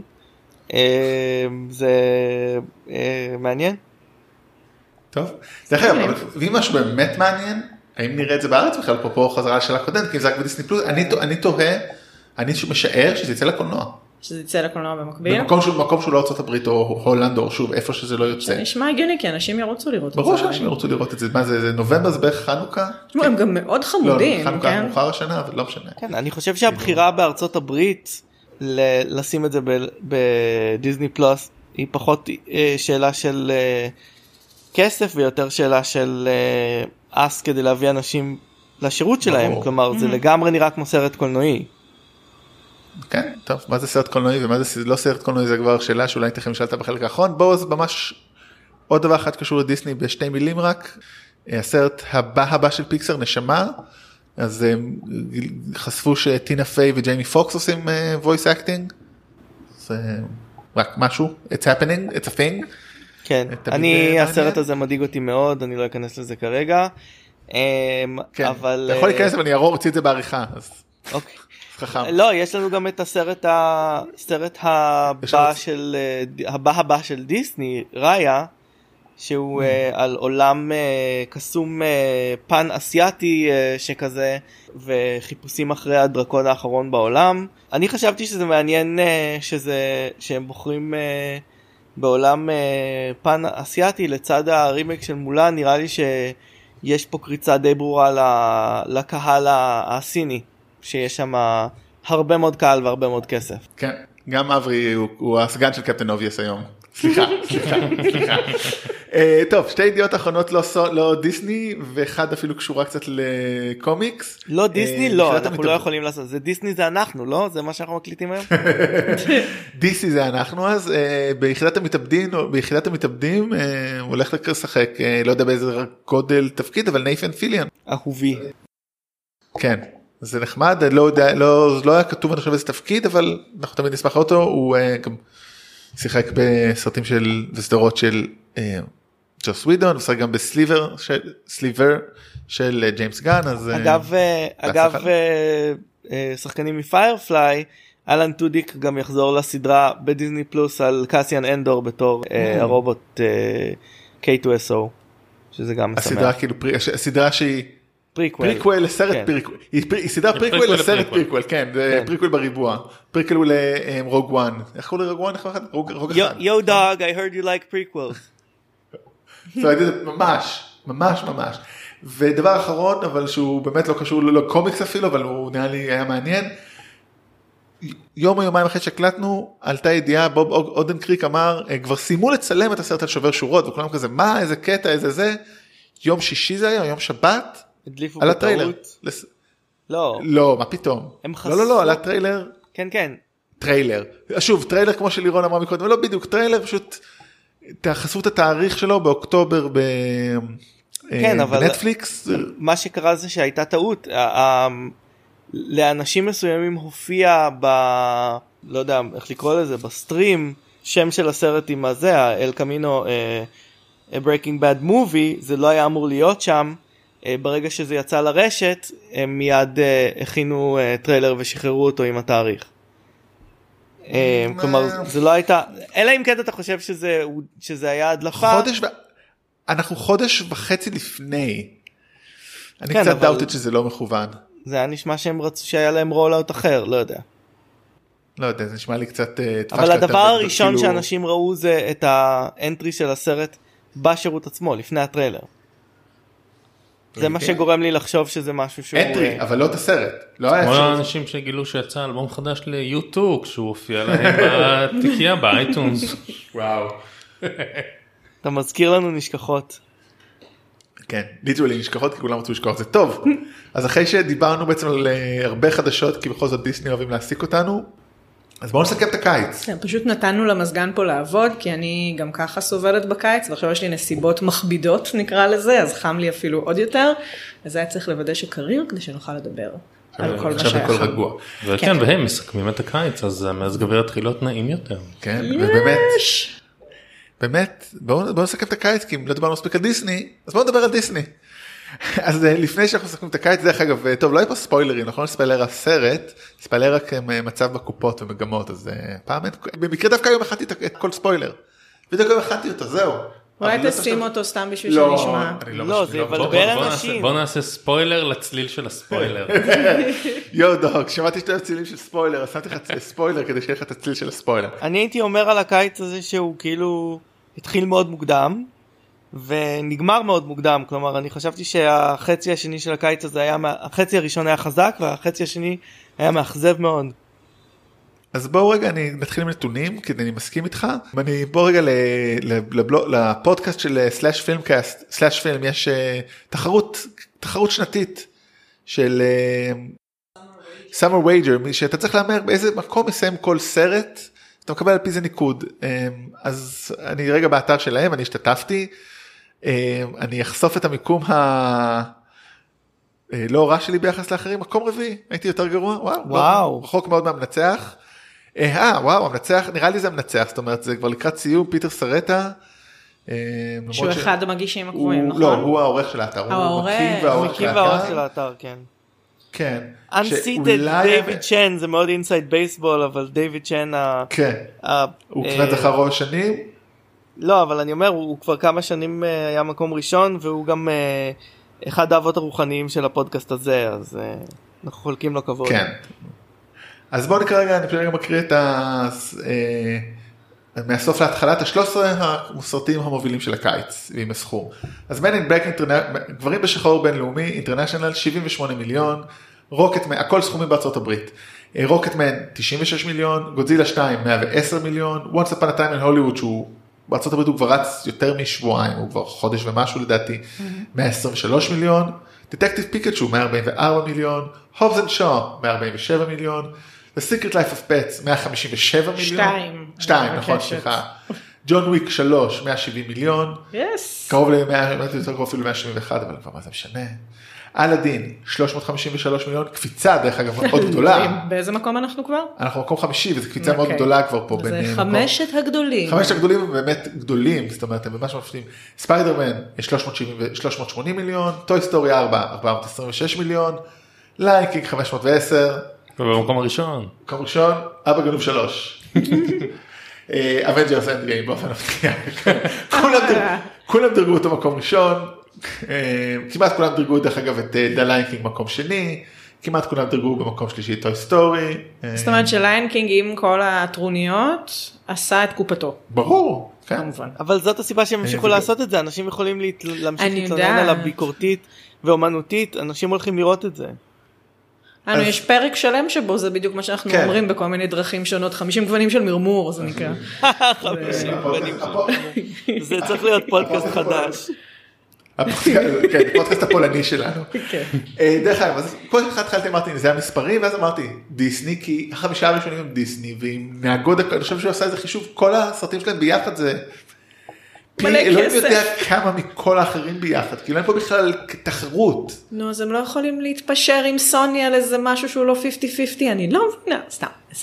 זה מעניין. טוב, דרך אגב, ואם משהו באמת מעניין, האם נראה את זה בארץ בכלל, פה חזרה לשאלה הקודמת, כי זה רק בדיסני פלוס, אני תוהה, אני משער שזה יצא לקולנוע. שזה יצא לקולנוע במקביל? במקום שהוא לא ארצות הברית או הולנד או שוב איפה שזה לא יוצא. זה נשמע הגיוני כי אנשים ירוצו לראות את זה. ברור שאנשים ירוצו לראות את זה. מה זה נובמבר, זה בערך חנוכה? הם גם מאוד חמודים. לא, חנוכה מאוחר השנה, אבל לא משנה. כן, אני חושב שהבחירה בארצות הברית לשים את זה בדיסני פלוס היא פחות שאלה של כסף ויותר שאלה של כדי להביא אנשים לשירות שלהם, כלומר זה לגמרי נראה כמו סרט קולנועי. כן, טוב, מה זה סרט קולנועי ומה זה לא סרט קולנועי, זה כבר שאלה שאולי תכף נשאלת בחלק האחרון. בואו, אז ממש עוד דבר אחד קשור לדיסני בשתי מילים רק, הסרט הבא של פיקסר, נשמה, אז חשפו שטינה פיי וג'יימי פוקס עושים voice acting, זה רק משהו, it's happening, it's a thing. כן, הסרט הזה מדאיג אותי מאוד, אני לא אכנס לזה כרגע, אבל... אתה יכול להיכנס, אבל אני ארוצי את זה בעריכה, אז... אוקיי. חכם. לא, יש לנו גם את הסרט הבא של דיסני, ראיה, שהוא על עולם קסום פן אסיאטי שכזה, וחיפושים אחרי הדרקון האחרון בעולם. אני חשבתי שזה מעניין שהם בוחרים בעולם פן אסיאטי לצד הרימייק של מולן. נראה לי שיש פה קריצה די ברורה לקהל הסיני, שיש שם הרבה מאוד קהל והרבה מאוד כסף. כן, גם אברי הוא הסגן של קפטן אובייס היום. סליחה. טוב, שתי ידיעות אחרונות לא דיסני, ואחד אפילו קשורה קצת לקומיקס. לא דיסני, לא, אנחנו לא יכולים לעשות. זה דיסני זה אנחנו, לא? זה מה שאנחנו מקליטים היום? דיסני זה אנחנו, אז ביחידת המתאבדים הוא הולך לשחק, לא יודע באיזה גודל תפקיד, אבל ניית'ן פיליאן. אהובי. כן. זה נחמד, לא היה כתוב אני חושב איזה תפקיד, אבל אנחנו תמיד נשמח אותו, הוא גם שיחק בסרטים וסדרות של ג'וס ווידון, ושחק גם בסליבר של ג'יימס גן. אגב, שחקנים מפיירפליי, אלן טודיק גם יחזור לסדרה בדיזני פלוס על קסיאן אנדור בתור הרובוט K2SO, שזה גם משמח. הסדרה שהיא פריקוול לסרט פריקוול, היא סדרה פריקוול לסרט פריקוול, כן, זה פריקוול בריבוע, פריקוול לרוג וואן, איך קוראים לרוג וואן? רוג אחד. Yo dog, I heard you like prequels. ממש. ודבר אחרון, אבל שהוא באמת לא קשור לקומיקס אפילו, אבל הוא נראה לי היה מעניין, יום או יומיים אחרי שהקלטנו, עלתה ידיעה, בוב אודנקריק אמר, כבר סיימו לצלם את הסרט על שובר שורות, וכולם כזה, מה, איזה קטע, איזה זה, יום שישי זה היה, יום שבת, על הטריילר. לא, מה פתאום? לא, על הטריילר. כן. טריילר. שוב, טריילר כמו שלירון אמרה מקודם, לא בדיוק, טריילר פשוט, חשפו את התאריך שלו באוקטובר בנטפליקס. מה שקרה זה שהייתה טעות, לאנשים מסוימים הופיע לא יודע איך לקרוא לזה, בסטרים, שם של הסרט עם הזה, אל קמינו, Breaking Bad Movie, זה לא היה אמור להיות שם, ברגע שזה יצא לרשת, הם מיד הכינו טריילר ושחררו אותו עם התאריך. כלומר, זה לא הייתה, אלא אם כן אתה חושב שזה היה הדלפה. אנחנו חודש וחצי לפני. אני קצת דאוטת שזה לא מכוון. זה היה נשמע שהם רצו שהיה להם רולאוט אחר, לא יודע. לא יודע, זה נשמע לי קצת... אבל הדבר הראשון שאנשים ראו זה את האנטרי של הסרט בשירות עצמו, לפני הטריילר. זה מה שגורם לי לחשוב שזה משהו שהוא... אנטרי, אבל לא את הסרט. כמו האנשים שגילו שיצא אלבום חדש ליוטיוב, כשהוא הופיע להם בתיקייה באייטונס. וואו. אתה מזכיר לנו נשכחות. כן, ליטרלי נשכחות, כי כולם רצו לשכוח, זה טוב. אז אחרי שדיברנו בעצם על הרבה חדשות, כי בכל זאת דיסני אוהבים להעסיק אותנו, אז בואו נסכם את הקיץ. פשוט נתנו למזגן פה לעבוד, כי אני גם ככה סובלת בקיץ, ועכשיו יש לי נסיבות מכבידות נקרא לזה, אז חם לי אפילו עוד יותר, אז היה צריך לוודא שקריר כדי שנוכל לדבר על כל מה שהיה חם. רגוע. וכן, והם מסכמים את הקיץ, אז מזג יתחיל להיות נעים יותר. כן, ובאמת, בואו נסכם את הקיץ, כי אם לא דיברנו מספיק על דיסני, אז בואו נדבר על דיסני. אז לפני שאנחנו מסכמים את הקיץ, דרך אגב, טוב, לא יהיה פה ספוילרים, נכון? ספיילר הסרט, ספיילר רק מצב בקופות ומגמות, אז פעם אין, במקרה דווקא היום הכנתי את כל ספוילר, בדיוק היום הכנתי אותו, זהו. אולי תשים אותו סתם בשביל שנשמע. לא, זה יבלבל אנשים. בוא נעשה ספוילר לצליל של הספוילר. יו דוק, שמעתי שאתה צלילים של ספוילר, אז שמתי לך ספוילר כדי שיהיה לך את הצליל של הספוילר. אני הייתי אומר על הקיץ הזה שהוא כאילו התחיל מאוד מוקדם, ונגמר מאוד מוקדם, כלומר אני חשבתי שהחצי השני של הקיץ הזה היה, החצי הראשון היה חזק והחצי השני היה מאכזב מאוד. אז בואו רגע נתחיל עם נתונים, כי אני מסכים איתך, בואו רגע לפודקאסט של סלאש פילם יש תחרות שנתית של Summer Wager, שאתה צריך להמר באיזה מקום מסיים כל סרט, אתה מקבל על פי זה ניקוד. אז אני רגע באתר שלהם, אני השתתפתי, אני אחשוף את המיקום לא רע שלי ביחס לאחרים, מקום רביעי, הייתי יותר גרוע, וואו, רחוק מאוד מהמנצח. וואו, המנצח, נראה לי זה המנצח, זאת אומרת, זה כבר לקראת סיום, פיטר סרטה. שהוא אחד המגישים הקבועים, נכון? לא, הוא העורך של האתר, הוא מקים והעורך של האתר, כן. כן. Unseated, דיוויד צ'ן, זה מאוד אינסייד בייסבול, אבל דיוויד צ'ן, כן, הוא כמעט זכה רוב השנים. לא, אבל אני אומר, הוא כבר כמה שנים היה מקום ראשון, והוא גם אחד האבות הרוחניים של הפודקאסט הזה, אז אנחנו חולקים לו כבוד. כן. אז בואו נקרא רגע, אני פשוט רגע מקריא את מהסוף להתחלת 13 הסרטים המובילים של הקיץ, ועם הסכום. אז Men in Black, גברים בשחור בינלאומי, אינטרנשיונל, 78 מיליון, רוקטמן, הכל סכומים בארצות הברית. רוקטמן, 96 מיליון, גודזילה 2, 110 מיליון, Once Upon a Time in Hollywood, שהוא בארצות הברית הוא כבר רץ יותר משבועיים, הוא כבר חודש ומשהו לדעתי, 123 מיליון, דטקטיב פיקצ'ו, 144 מיליון, הובס אנד שואו, 147 מיליון, The Secret Life of Pets, 157 מיליון. 2, נכון, סליחה. ג'ון וויק 3, 170 מיליון. קרוב אפילו 171, אבל כבר מה זה משנה. אלאדין, 353 מיליון, קפיצה דרך אגב מאוד גדולה. באיזה מקום אנחנו כבר? אנחנו מקום 5, וזו קפיצה מאוד גדולה כבר פה. זה 5 הגדולים. 5 הגדולים הם באמת גדולים, זאת אומרת, הם ממש מפתיעים. ספיידרמן, 380 מיליון, טוי סטורי 4, 426 מיליון, לייקינג 510, במקום הראשון. מקום ראשון, אבא גנוב 3. אבנג'רס אנד גיים באופן מפתיע. כולם דרגו אותו מקום ראשון, כמעט כולם דרגו דרך אגב את דה ליינקינג מקום שני, כמעט כולם דרגו במקום שלישי טוי סטורי. זאת אומרת שליינקינג עם כל הטרוניות עשה את קופתו. ברור, כן. כמובן. אבל זאת הסיבה שהם המשיכו לעשות את זה, אנשים יכולים להמשיך להתלונן על הביקורתית ואומנותית, אנשים הולכים לראות את זה. יש פרק שלם שבו זה בדיוק מה שאנחנו אומרים בכל מיני דרכים שונות, 50 גוונים של מרמור, זה נקרא. 50 גוונים של מרמור. זה צריך להיות פודקאסט חדש. כן, פודקאסט הפולני שלנו. דרך אגב, אז כל אחד התחלתי אמרתי, זה המספרים, ואז אמרתי, דיסני, כי 5 הראשונים הם דיסני, ועם מהגוד, אני חושב שהוא עשה איזה חישוב, כל הסרטים שלהם ביחד זה... אלוהים יודע כמה מכל האחרים ביחד, כאילו אין פה בכלל תחרות. נו, אז הם לא יכולים להתפשר עם סוני על איזה משהו שהוא לא 50-50, אני לא מבינה, סתם.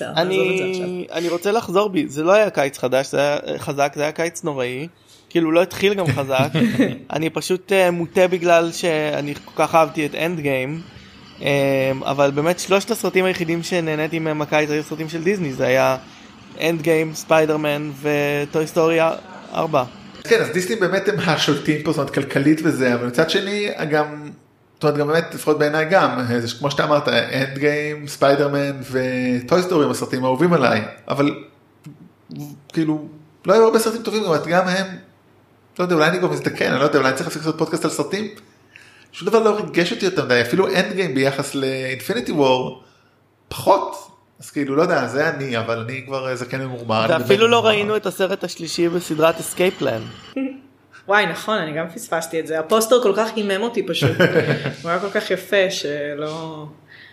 אני רוצה לחזור בי, זה לא היה קיץ חדש, זה היה חזק, זה היה קיץ נוראי, כאילו לא התחיל גם חזק, אני פשוט מוטה בגלל שאני כל כך אהבתי את אנד גיים, אבל באמת 3 הסרטים היחידים שנהניתי מהם הקיץ היו סרטים של דיסני, זה היה אנד גיים, ספיידרמן וטוי סטורי 4. כן, אז דיסני באמת הם השולטים פה, זאת אומרת, כלכלית וזה, אבל מצד שני, גם, זאת אומרת, גם באמת, לפחות בעיניי גם, זה כמו שאתה אמרת, אנד גיים, ספיידרמן וטוי סטורי הם הסרטים האהובים עליי, אבל, כאילו, לא היו הרבה סרטים טובים, גם הם, לא יודע, אולי אני גם מזדקן, אני לא יודע, אולי אני צריך לעשות פודקאסט על סרטים, שום דבר לא ריגש אותי יותר מדי, אפילו אנד גיים ביחס לאינפיניטי וור, פחות, אז כאילו, לא יודע, זה אני, אבל אני כבר זקן ממורמר. ואפילו לא ראינו את הסרט השלישי בסדרת Escape Plan. וואי, נכון, אני גם פספסתי את זה. הפוסטר כל כך הימם אותי פשוט. הוא היה כל כך יפה שלא...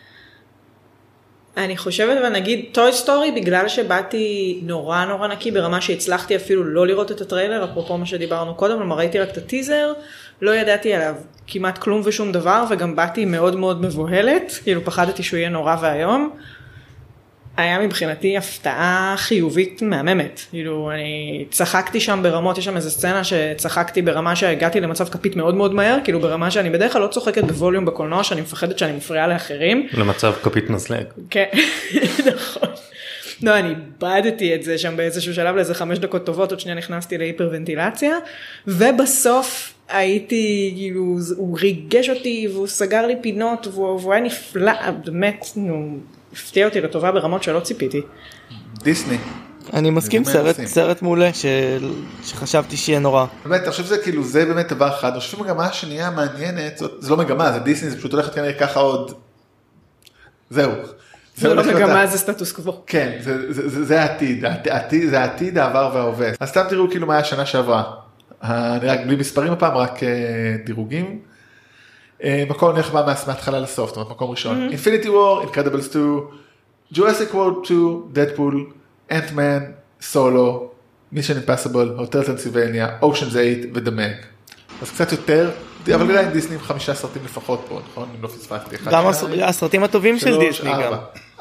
אני חושבת, ונגיד, טוי סטורי, בגלל שבאתי נורא נורא נקי, ברמה שהצלחתי אפילו לא לראות את הטריילר, אפרופו מה שדיברנו קודם, אבל ראיתי רק את הטיזר, לא ידעתי עליו כמעט כלום ושום דבר, וגם באתי מאוד מאוד מבוהלת, כאילו פחדתי שהוא יהיה נורא והיום. היה מבחינתי הפתעה חיובית מהממת, כאילו אני צחקתי שם ברמות, יש שם איזו סצנה שצחקתי ברמה שהגעתי למצב כפית מאוד מאוד מהר, כאילו ברמה שאני בדרך כלל לא צוחקת בווליום בקולנוע, שאני מפחדת שאני מפריעה לאחרים. למצב כפית מזלג. כן, נכון. לא, אני איבדתי את זה שם באיזשהו שלב לאיזה 5 דקות טובות, עוד שנייה נכנסתי להיפרוונטילציה, ובסוף הייתי, כאילו, הוא ריגש אותי, והוא סגר לי פינות, והוא היה נפלא, באמת, נו... הפתיע אותי לטובה ברמות שלא ציפיתי. דיסני. אני מסכים, סרט מעולה שחשבתי שיהיה נורא. באמת, אני חושב שזה כאילו, זה באמת דבר אחד. אני חושב שמגמה השנייה מעניינת, זה לא מגמה, זה דיסני, זה פשוט הולכת כנראה ככה עוד... זהו. זה לא מגמה, זה סטטוס קוו. כן, זה העתיד, זה העתיד, העבר וההווה. אז סתם תראו כאילו מה היה השנה שעברה. אני רק בלי מספרים הפעם, רק דירוגים. מקום נלך מההתחלה לסוף, זאת אומרת מקום ראשון. Infinity War, Incredibles 2, Jurassic World 2, Deadpool, Ant-Man, Solo, Mission Impossible, Hotel Transylvania, Ocean's 8 ו-The Meg. אז קצת יותר, אבל עדיין דיסני עם 5 סרטים לפחות פה, נכון? אם לא פספסתי. גם הסרטים הטובים של דיסני גם.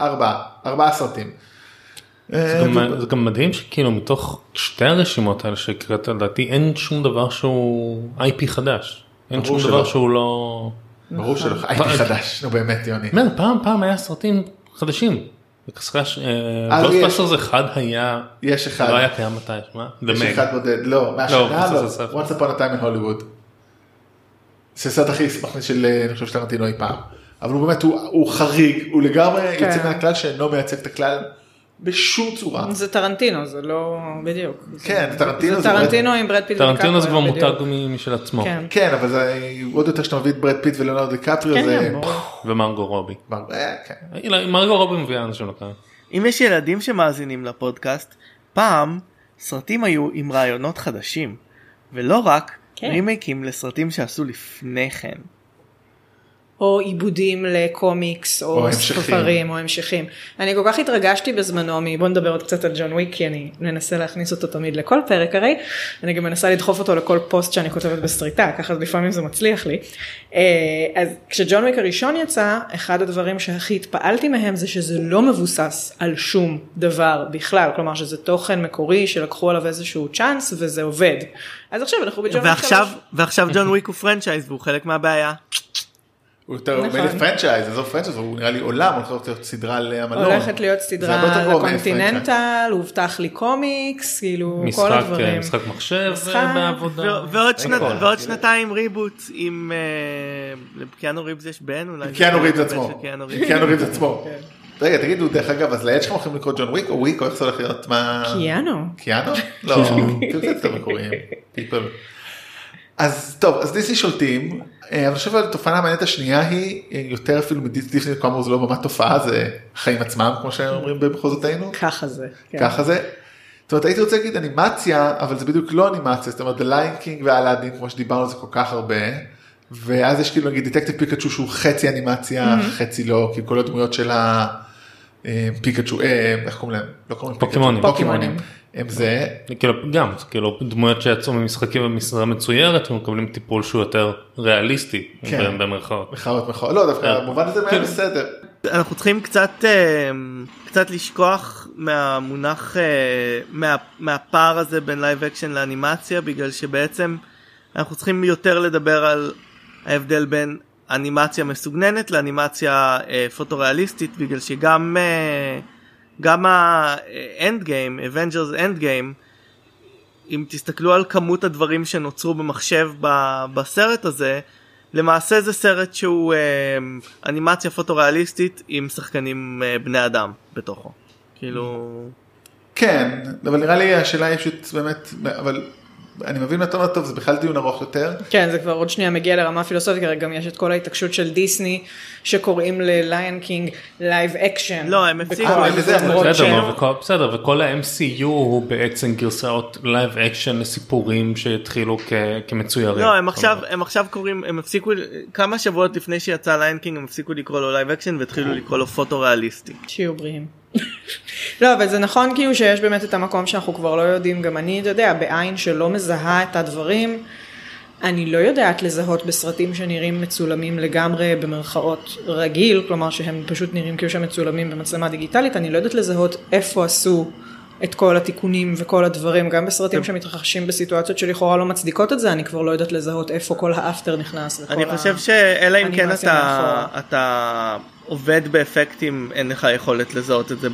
4 סרטים. זה גם מדהים שכאילו מתוך שתי הרשימות האלה שקראת לדעתי אין שום דבר שהוא IP חדש. אין שום דבר שהוא לא... ברור שלא, IP חדש, נו באמת יוני. פעם היה סרטים חדשים. גוסטבאסטרס אחד היה... יש אחד. לא היה קיים מתי, מה? יש אחד בודד, לא, מהשנה לא. Once Upon a Time in Hollywood. זה סרט הכי מכניס של, אני חושב שטרנטינו אי פעם. אבל הוא באמת, הוא חריג, הוא לגמרי יוצא מהכלל שאינו מייצג את הכלל בשום צורה. זה טרנטינו, זה לא בדיוק. כן, טרנטינו זה טרנטינו עם ברד פיט ודיקפריו. טרנטינו זה כבר מותג משל עצמו. כן, אבל זה עוד יותר שאתה מביא את ברד פיט ולאונרדו דיקפריו, זה... ומרגו רובי. כן. מרגו רובי מביאה אנשים לכאן. אם יש ילדים שמאזינים לפודקאסט, פעם סרטים היו עם רעיונות חדשים, ולא רק רימייקים לסרטים שעשו לפני כן. או עיבודים לקומיקס, או ספרים, או המשכים. אני כל כך התרגשתי בזמנו, בוא נדבר עוד קצת על ג'ון וויק, כי אני מנסה להכניס אותו תמיד לכל פרק הרי, אני גם מנסה לדחוף אותו לכל פוסט שאני כותבת בסטריטה, ככה לפעמים זה מצליח לי. אז כשג'ון וויק הראשון יצא, אחד הדברים שהכי התפעלתי מהם, זה שזה לא מבוסס על שום דבר בכלל, כלומר שזה תוכן מקורי, שלקחו עליו איזשהו צ'אנס, וזה עובד. אז עכשיו אנחנו בג'ון וויק 3. ועכשיו ג'ון וויק הוא פרנצ'ייז, והוא חלק מהבעיה. הוא יותר מלך פרנצ'ייז, אזור פרנצ'ייז, הוא נראה לי עולם, הולכת להיות סדרה למלון. הולכת להיות סדרה לקונטיננטל, הובטח לי קומיקס, כאילו כל הדברים. משחק מחשב בעבודה. ועוד שנתיים ריבוט עם... קיאנו ריבס יש בן אולי? קיאנו ריבס עצמו. קיאנו ריבס עצמו. רגע, תגידו, דרך אגב, אז לילד שלכם הולכים לקרוא ג'ון וויק או וויק, או איך זה הולך להיות מה... קיאנו. קיאנו? לא, כאילו קצת יותר מקוריים. אז טוב, אז דיסני שולטים, אבל אני חושב שהתופעה המעניינת השנייה היא יותר אפילו מדיסני, כאמור זה לא ממש תופעה, זה חיים עצמם, כמו שאומרים במחוזותינו. ככה זה. ככה זה. זאת אומרת, הייתי רוצה להגיד אנימציה, אבל זה בדיוק לא אנימציה, זאת אומרת, The Lion King והאלאדין, כמו שדיברנו על זה כל כך הרבה, ואז יש כאילו נגיד דטקטיב פיקאצ'ו שהוא חצי אנימציה, חצי לא, כי כל הדמויות של הפיקאצ'ו, איך קוראים להם? לא קוראים פוקימונים. פוקימונים. הם זה. כאילו דמויות שיצאו ממשחקים במסרה מצוירת, הם מקבלים טיפול שהוא יותר ריאליסטי, במרכאות. מחאות, לא, דווקא במובן הזה מה בסדר. אנחנו צריכים קצת לשכוח מהמונח, מהפער הזה בין לייב אקשן לאנימציה, בגלל שבעצם אנחנו צריכים יותר לדבר על ההבדל בין אנימציה מסוגננת לאנימציה פוטוריאליסטית, בגלל שגם האנד גיים, Avengers End Game, אם תסתכלו על כמות הדברים שנוצרו במחשב בסרט הזה, למעשה זה סרט שהוא אנימציה פוטוריאליסטית עם שחקנים בני אדם בתוכו. כאילו... כן, אבל נראה לי השאלה היא פשוט באמת, אבל... אני מבין מה טוב, זה בכלל דיון ארוך יותר. כן, זה כבר עוד שנייה מגיע לרמה פילוסופית, גם יש את כל ההתעקשות של דיסני, שקוראים לליין קינג לייב אקשן. לא, הם הפסיקו. בסדר, וכל ה-MCU הוא בעצם גרסאות לייב אקשן לסיפורים שהתחילו כמצוירים. לא, הם עכשיו קוראים, הם הפסיקו, כמה שבועות לפני שיצא ליין קינג, הם הפסיקו לקרוא לו לייב אקשן, והתחילו לקרוא לו פוטו-ריאליסטי. שיהיו בריאים. לא, אבל זה נכון כאילו שיש באמת את המקום שאנחנו כבר לא יודעים, גם אני יודע, בעין שלא מזהה את הדברים, אני לא יודעת לזהות בסרטים שנראים מצולמים לגמרי במרכאות רגיל, כלומר שהם פשוט נראים כאילו שהם מצולמים במצלמה דיגיטלית, אני לא יודעת לזהות איפה עשו את כל התיקונים וכל הדברים, גם בסרטים שמתרחשים בסיטואציות שלכאורה לא מצדיקות את זה, אני כבר לא יודעת לזהות איפה כל האפטר נכנס. אני חושב שאלה אם כן אתה עובד באפקטים, אין לך יכולת לזהות את זה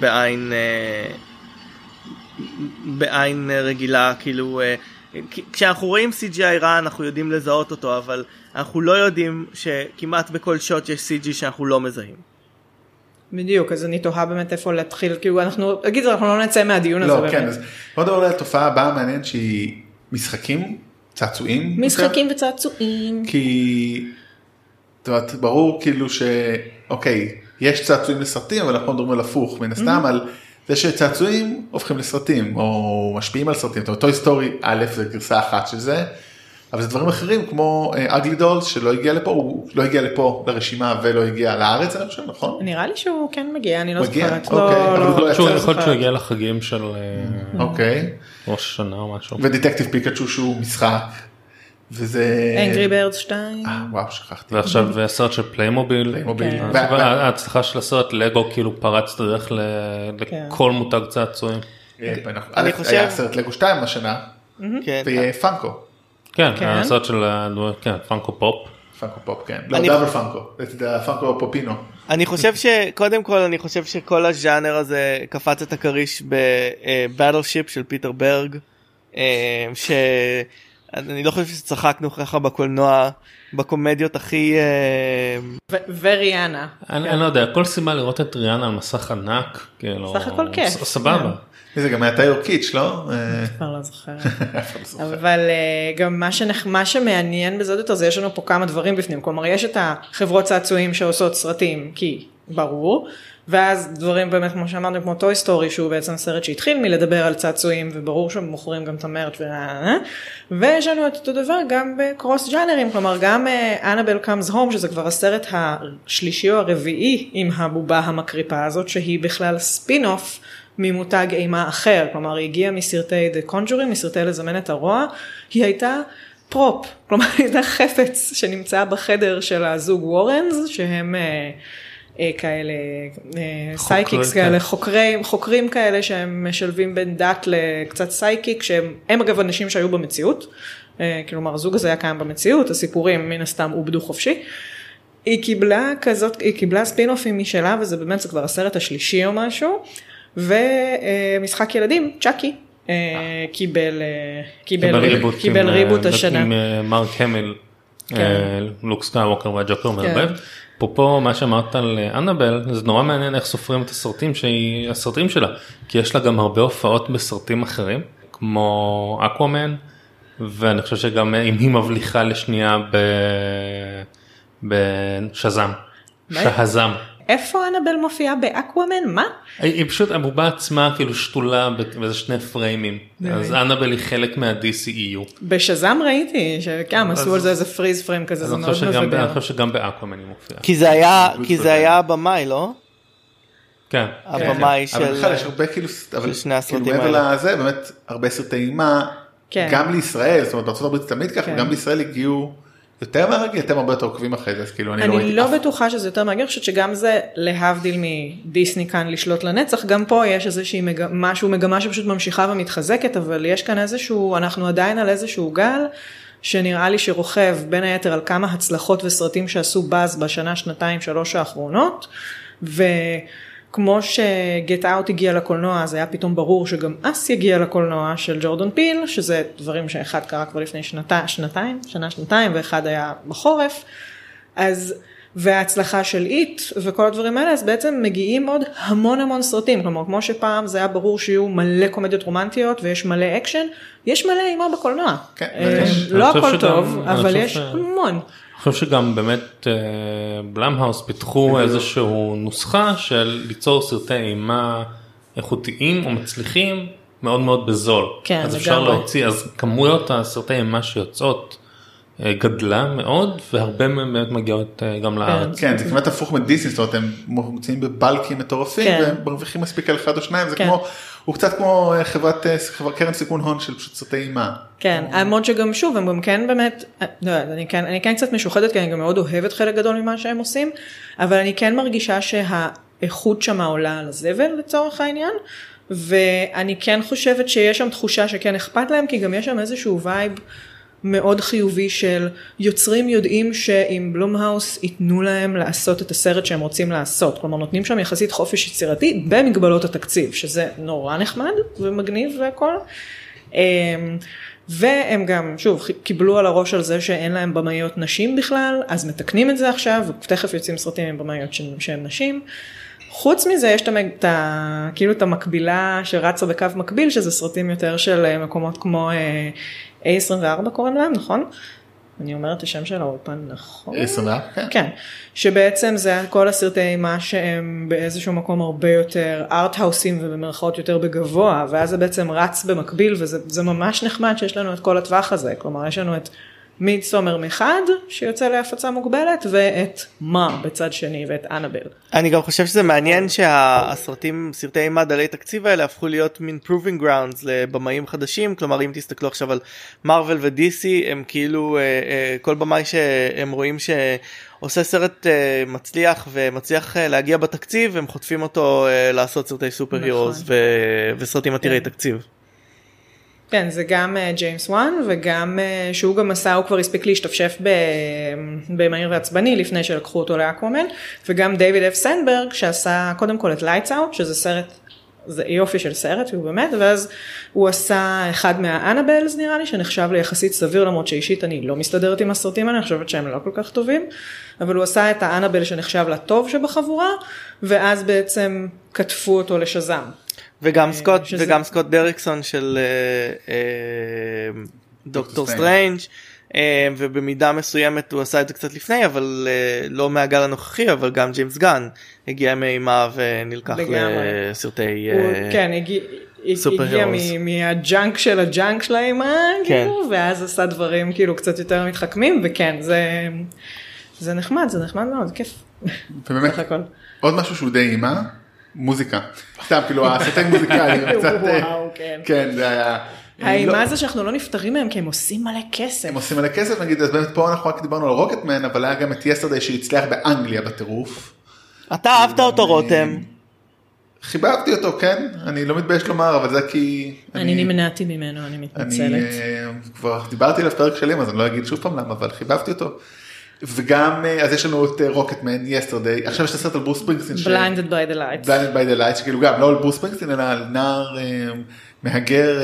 בעין רגילה, כאילו, כשאנחנו רואים CGI רע אנחנו יודעים לזהות אותו, אבל אנחנו לא יודעים שכמעט בכל שוט יש CG שאנחנו לא מזהים. בדיוק, אז אני תוהה באמת איפה להתחיל, כאילו אנחנו לא נצא מהדיון הזה. לא, כן, אז בוא נדבר על התופעה הבאה מעניינת שהיא משחקים, צעצועים. משחקים וצעצועים. כי, זאת אומרת, ברור כאילו אוקיי, יש צעצועים לסרטים, אבל אנחנו מדברים על הפוך, מן הסתם על זה שצעצועים הופכים לסרטים, או משפיעים על סרטים. זאת אומרת, טוי סטורי א' זה גרסה אחת של זה, אבל זה דברים אחרים כמו Ugly Dolls שלא הגיע לפה, הוא לא הגיע לפה לרשימה ולא הגיע לארץ, אני חושב, נכון? נראה לי שהוא כן מגיע, אני לא זוכרת. יכול להיות שהוא הגיע לחגים של ראש השנה או משהו. ודטקטיב פיקאצ'ו שהוא משחק. וזה... Angry Birds 2. וואו, שכחתי. ועכשיו הסרט של פליימוביל. ההצלחה של הסרט לגו כאילו פרץ דרך לכל מותג צעצועים. היה סרט לגו 2 השנה, ויהיה פאנקו. כן, הסרט של פאנקו פופ. פאנקו פופ, כן. לא, דאבל פאנקו. זה פאנקו פופינו. אני חושב שקודם כל, אני חושב שכל הז'אנר הזה קפץ את הקריש בבטלשיפ של פיטר ברג, אני לא חושב שצחקנו ככה בקולנוע, בקומדיות הכי... וריאנה. אני לא יודע, כל סיבה לראות את ריאנה על מסך ענק, סך הכל כיף. סבבה. זה גם היה טיילור קיץ', לא? כבר לא זוכרת. אבל גם מה שמעניין בזאת יותר, זה יש לנו פה כמה דברים בפנים. כלומר, יש את החברות צעצועים שעושות סרטים, כי ברור, ואז דברים באמת, כמו שאמרנו, כמו טוי סטורי, שהוא בעצם סרט שהתחיל מלדבר על צעצועים, וברור שהם מוכרים גם את המרץ' ויש לנו את אותו דבר גם בקרוס ג'אנרים, כלומר, גם אנאבל קאמס הום, שזה כבר הסרט השלישי או הרביעי עם הבובה המקריפה הזאת, שהיא בכלל ספין-אוף ממותג אימה אחר, כלומר, היא הגיעה מסרטי The Conjuring, מסרטי לזמן את הרוע, היא הייתה פרופ, כלומר, היא הייתה חפץ שנמצא בחדר של הזוג וורנס, שהם כאלה סייקיקס כאלה, חוקרים כאלה שהם משלבים בין דת לקצת סייקיק, שהם אגב אנשים שהיו במציאות, כלומר הזוג הזה היה קיים במציאות, הסיפורים מן הסתם עובדו חופשי, היא קיבלה ספין-אופים משלה, וזה באמת זה כבר הסרט השלישי או משהו, ומשחק ילדים, צ'אקי, קיבל ריבוט השנה. עם מרק המיל, לוק סקייווקר והג'וקר מערבב. פה מה שאמרת על אנאבל, זה נורא מעניין איך סופרים את הסרטים שלה, כי יש לה גם הרבה הופעות בסרטים אחרים, כמו אקוואמן, ואני חושב שגם אם היא מבליחה לשנייה בשזם, שהזם. איפה אנאבל מופיעה באקוואמן? מה? היא פשוט, הבובה עצמה כאילו שתולה באיזה שני פריימים, אז אנאבל היא חלק מה-DCEU. בשזם ראיתי, שגם עשו על זה איזה פריז פריים כזה, זה מאוד מבדר. אני חושב שגם באקוואמן היא מופיעה. כי זה היה הבמאי, לא? כן. הבמאי של שני הסרטים האלה. זה באמת הרבה סרטי אימה, גם לישראל, זאת אומרת, בארצות הברית תמיד ככה, גם לישראל הגיעו יותר מהרגיל, אתם הרבה יותר עוקבים אחרי זה, אז כאילו אני לא ראיתי. אני לא בטוחה שזה יותר מהרגיל, אני חושבת שגם זה להבדיל מדיסני כאן לשלוט לנצח, גם פה יש איזושהי מגמה שפשוט ממשיכה ומתחזקת, אבל יש כאן איזשהו, אנחנו עדיין על איזשהו גל, שנראה לי שרוכב בין היתר על כמה הצלחות וסרטים שעשו באז בשנה, שנתיים, 3 האחרונות, כמו שגט אאוט הגיע לקולנוע, אז היה פתאום ברור שגם אס יגיע לקולנוע של ג'ורדן פיל, שזה דברים שאחד קרה כבר לפני שנתיים, ואחד היה בחורף, אז, וההצלחה של איט, וכל הדברים האלה, אז בעצם מגיעים עוד המון סרטים, כלומר, כמו שפעם זה היה ברור שיהיו מלא קומדיות רומנטיות, ויש מלא אקשן, יש מלא אימה בקולנוע. לא הכל טוב, אבל יש המון. אני חושב שגם באמת בלאמהאוס פיתחו איזשהו נוסחה של ליצור סרטי אימה איכותיים או מצליחים מאוד מאוד בזול. כן, אז אפשר להוציא, אז כמויות הסרטי אימה שיוצאות גדלה מאוד, והרבה באמת מגיעות גם לארץ. כן, זה כמעט הפוך מדיסני, זאת אומרת, הם מוצאים בבלקים מטורפים, והם מרוויחים מספיק על 1 או 2, זה כמו, הוא קצת כמו קרן סיכון הון של פשוט סרטי אימה. כן, המון שגם שוב, הם גם כן באמת, אני כן קצת משוחדת, כי אני גם מאוד אוהבת חלק גדול ממה שהם עושים, אבל אני כן מרגישה שהאיכות שמה עולה על הזבל לצורך העניין, ואני כן חושבת שיש שם תחושה שכן אכפת להם, כי גם יש שם איזשהו וייב מאוד חיובי של יוצרים יודעים שאם בלומהאוס ייתנו להם לעשות את הסרט שהם רוצים לעשות, כלומר נותנים שם יחסית חופש יצירתי במגבלות התקציב, שזה נורא נחמד ומגניב והכל. והם גם, שוב, קיבלו על הראש על זה שאין להם במאיות נשים בכלל, אז מתקנים את זה עכשיו, ותכף יוצאים סרטים עם במאיות שהן נשים. חוץ מזה יש כאילו את המקבילה שרצה בקו מקביל, שזה סרטים יותר של מקומות כמו A24 קוראים להם, נכון? אני אומרת את השם של האולפן, נכון? A24, כן. כן, שבעצם זה כל הסרטי אימה שהם באיזשהו מקום הרבה יותר ארט-האוסים ובמרכאות יותר בגבוה, ואז זה בעצם רץ במקביל, וזה ממש נחמד שיש לנו את כל הטווח הזה, כלומר יש לנו את מידסומר מחד, שיוצא להפצה מוגבלת, ואת מה בצד שני, ואת אנבל. אני גם חושב שזה מעניין שהסרטים, סרטי אימה דלי תקציב האלה, הפכו להיות מין proving grounds לבמאים חדשים, כלומר אם תסתכלו עכשיו על מרוול ו-DC, הם כאילו, כל במאי שהם רואים שעושה סרט מצליח, ומצליח להגיע בתקציב, הם חוטפים אותו לעשות סרטי סופר הירוס, וסרטים עתירי תקציב. כן, זה גם ג'יימס וואן, וגם שהוא גם עשה, הוא כבר הספיק להשתפשף במהיר ועצבני, לפני שלקחו אותו לאקוומן, וגם דיוויד אף סנדברג, שעשה קודם כל את Lights Out, שזה סרט, זה יופי של סרט, הוא באמת, ואז הוא עשה אחד מהאנבלס נראה לי, שנחשב ליחסית סביר, למרות שאישית אני לא מסתדרת עם הסרטים האלה, אני חושבת שהם לא כל כך טובים, אבל הוא עשה את האנבל שנחשב לטוב שבחבורה, ואז בעצם כתפו אותו לשזם. וגם סקוט דריקסון של דוקטור סטרנג', ובמידה מסוימת הוא עשה את זה קצת לפני, אבל לא מהגל הנוכחי, אבל גם ג'יימס גן הגיע מאימה ונלקח לסרטי סופר הירוס. הגיע מהג'אנק של הג'אנק של האימה, ואז עשה דברים כאילו קצת יותר מתחכמים, וכן, זה נחמד, זה נחמד מאוד, כיף. ובאמת, עוד משהו שהוא די אימה, מוזיקה. סתם, כאילו, הסרטי מוזיקליים, קצת... וואו, כן. כן, זה היה... האימה זה שאנחנו לא נפטרים מהם, כי הם עושים מלא כסף. הם עושים מלא כסף, נגיד, אז באמת פה אנחנו רק דיברנו על רוקטמן, אבל היה גם את יסטרדיי שהצליח באנגליה בטירוף. אתה אהבת אותו, רותם. חיבבתי אותו, כן? אני לא מתבייש לומר, אבל זה כי... אני נמנעתי ממנו, אני מתנצלת. אני כבר דיברתי עליו פרק שלם, אז אני לא אגיד שוב פעם למה, אבל חיבבתי אותו. וגם, אז יש לנו את רוקטמן, יסטרדיי, עכשיו יש את הסרט על ברוס ספרינגסטין. Blinded by the Lights. Blinded by the Lights, שכאילו גם לא על ברוס ספרינגסטין, אלא על נער מהגר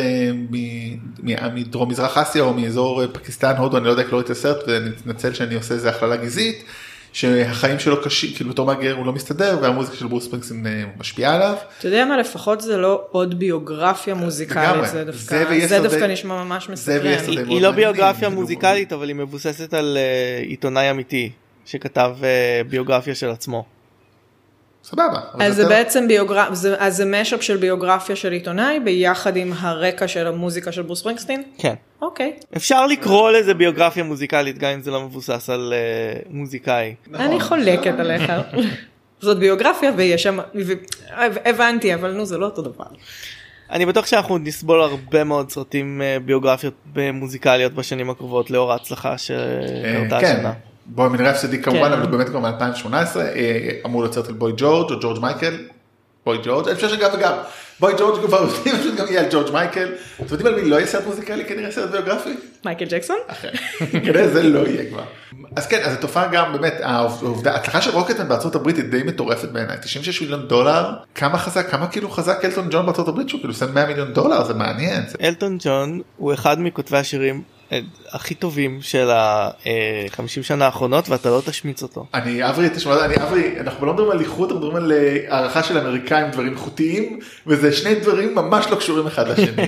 מדרום מזרח אסיה, או מאזור פקיסטן, הודו, אני לא יודע איך לא ראיתי את הסרט, ואני מתנצל שאני עושה איזה הכללה גזעית, שהחיים שלו קשים, כאילו בתור מהגר הוא לא מסתדר, והמוזיקה של ברוס ספרינגסטין משפיעה עליו. אתה יודע מה, לפחות זה לא עוד ביוגרפיה מוזיקלית, זה דווקא נשמע ממש מסקרן. היא לא ביוגרפיה מוזיקלית, אבל היא מבוססת על עיתונאי אמיתי, שכתב ביוגרפיה של עצמו. סבבה. אז זה בעצם אז זה משאפ של ביוגרפיה של עיתונאי, ביחד עם הרקע של המוזיקה של ברוס ספרינגסטין? כן. אוקיי. אפשר לקרוא לזה ביוגרפיה מוזיקלית, גם אם זה לא מבוסס על מוזיקאי. אני חולקת עליך. זאת ביוגרפיה ויש שם, הבנתי, אבל נו, זה לא אותו דבר. אני בטוח שאנחנו נסבול הרבה מאוד סרטים ביוגרפיות מוזיקליות בשנים הקרובות, לאור ההצלחה שקרתה השנה. בואי מנראה הפסדי כמובן, אבל באמת כבר מ-2018, אמור לצאת על בוי ג'ורג' או ג'ורג' מייקל, בוי ג'ורג', אני חושב שגם וגם, בוי ג'ורג' כבר פשוט גם יהיה על ג'ורג' מייקל, אתם יודעים על מי לא יהיה סרט מוזיקלי, כנראה סרט ביוגרפי? מייקל ג'קסון? כנראה זה לא יהיה כבר. אז כן, אז התופעה גם באמת, ההצלחה של רוקטמן בארצות הברית היא די מטורפת בעיניי, $96 מיליון, כמה חזק, כמה כאילו חזק אלטון ג'ון בארצות הברית, שהוא כאילו שם $100 מיליון, זה מעניין. אלטון ג'ון הוא אחד מכותבי השירים הכי טובים של ה-50 שנה האחרונות, ואתה לא תשמיץ אותו. אברי, אנחנו לא מדברים על איכות, אנחנו מדברים על הערכה של אמריקאים, דברים איכותיים, וזה שני דברים ממש לא קשורים אחד לשני.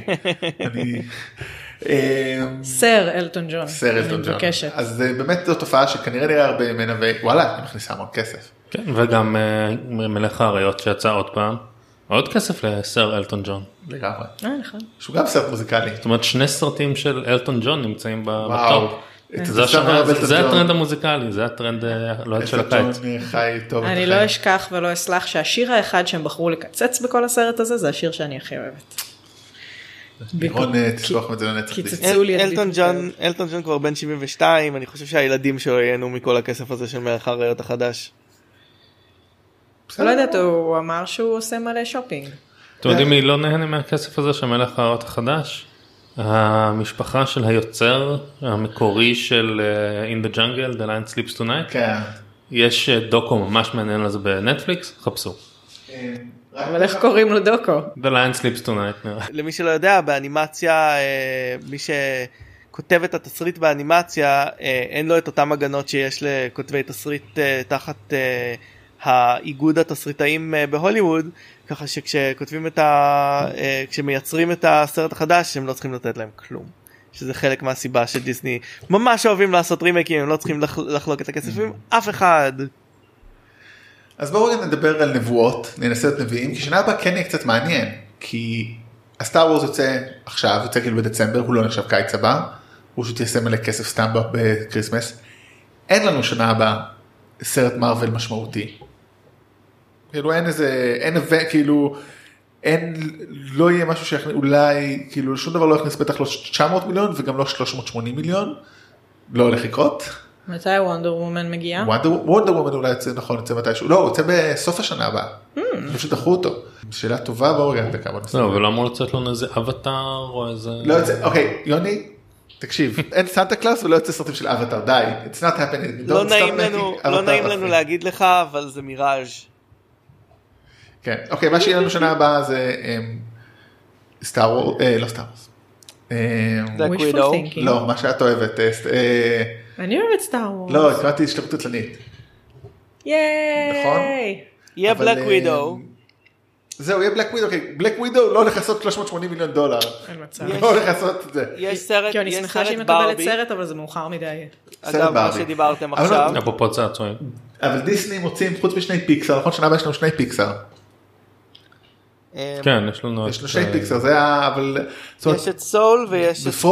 סר אלטון ג'ון. סר אלטון ג'ון. אז באמת זו תופעה שכנראה נראה הרבה ממנה, ווואלה, היא מכניסה המון כסף. כן, וגם מלך האריות שיצא עוד פעם. עוד כסף לסר אלטון ג'ון. לגמרי. נכון. שהוא גם סרט מוזיקלי. זאת אומרת, 2 סרטים של אלטון ג'ון נמצאים בטופ. זה הטרנד המוזיקלי, זה הטרנד של הקיץ. אני לא אשכח ולא אסלח שהשיר האחד שהם בחרו לקצץ בכל הסרט הזה, זה השיר שאני הכי אוהבת. לירון תשלוח את זה לנצח. אלטון ג'ון כבר בן 72, אני חושב שהילדים שלו ייהנו מכל הכסף הזה של מלך האריות החדש. לא יודעת, הוא אמר שהוא עושה מלא שופינג. אתם יודעים מי לא נהנה מהכסף הזה של מלך האריות החדש? המשפחה של היוצר המקורי של In the Jungle, The Lion Sleeps Tonight. כן. יש דוקו ממש מעניין לזה בנטפליקס, חפשו. אבל איך קוראים לו דוקו? The Lion Sleeps Tonight נראה. למי שלא יודע, באנימציה, מי שכותב את התסריט באנימציה, אין לו את אותם הגנות שיש לכותבי תסריט תחת האיגוד התסריטאים בהוליווד, ככה שכשכותבים כשמייצרים את הסרט החדש, הם לא צריכים לתת להם כלום. שזה חלק מהסיבה שדיסני ממש אוהבים לעשות רימייקים, הם לא צריכים לחלוק את הכסף עם אף אחד. אז בואו נדבר על נבואות, ננסה את נביאים, כי שנה הבאה כן יהיה קצת מעניין, כי הסטאר וורס יוצא עכשיו, יוצא כאילו בדצמבר, הוא לא נחשב קיץ הבא, הוא פשוט יעשה מלא כסף סתם בקריסמס. אין לנו שנה הבאה סרט מארוול משמעותי. כאילו כאילו, לא יהיה משהו שיכניס, אולי, כאילו, שום דבר לא יכניס בטח לא 900 מיליון, וגם לא 380 מיליון. לא הולך לקרות. מתי וונדר וומן מגיע? וונדר וומן אולי יוצא, נכון, יוצא מתישהו. לא, הוא יוצא בסוף השנה הבאה. פשוט דחו אותו. שאלה טובה, בואו רגע דקה. לא, אבל אמור לצאת לנו איזה אבטר או איזה... לא יוצא, אוקיי, יוני, תקשיב, אין סנטה קלאס ולא יוצא סרטים של אבטר, די. It's not happening. לא נעים לנו להגיד לך, אבל זה מיראז'. כן, אוקיי, מה שיהיה לנו שנה הבאה זה סטאר וורס, לא סטאר וורס. לא, מה שאת אוהבת. אני אוהבת סטאר וורס. לא, קראתי השתלטות עצלנית. נכון? יהיה בלק ווידו. זהו, יהיה בלק ווידו, בלק ווידו לא הולך לעשות 380 מיליון דולר. אין מצב. לא הולך לעשות את זה. יש סרט כי אני שמחה שהיא מקבלת סרט, אבל זה מאוחר מדי. אגב, מה שדיברתם עכשיו. אפרופו צעצועים. אבל דיסני מוצאים חוץ משני פיקסר, נכון שנה הבאה יש לנו שני פיקסר. כן, יש לנו שני פיקסר, זה היה, אבל... יש את סול ויש את...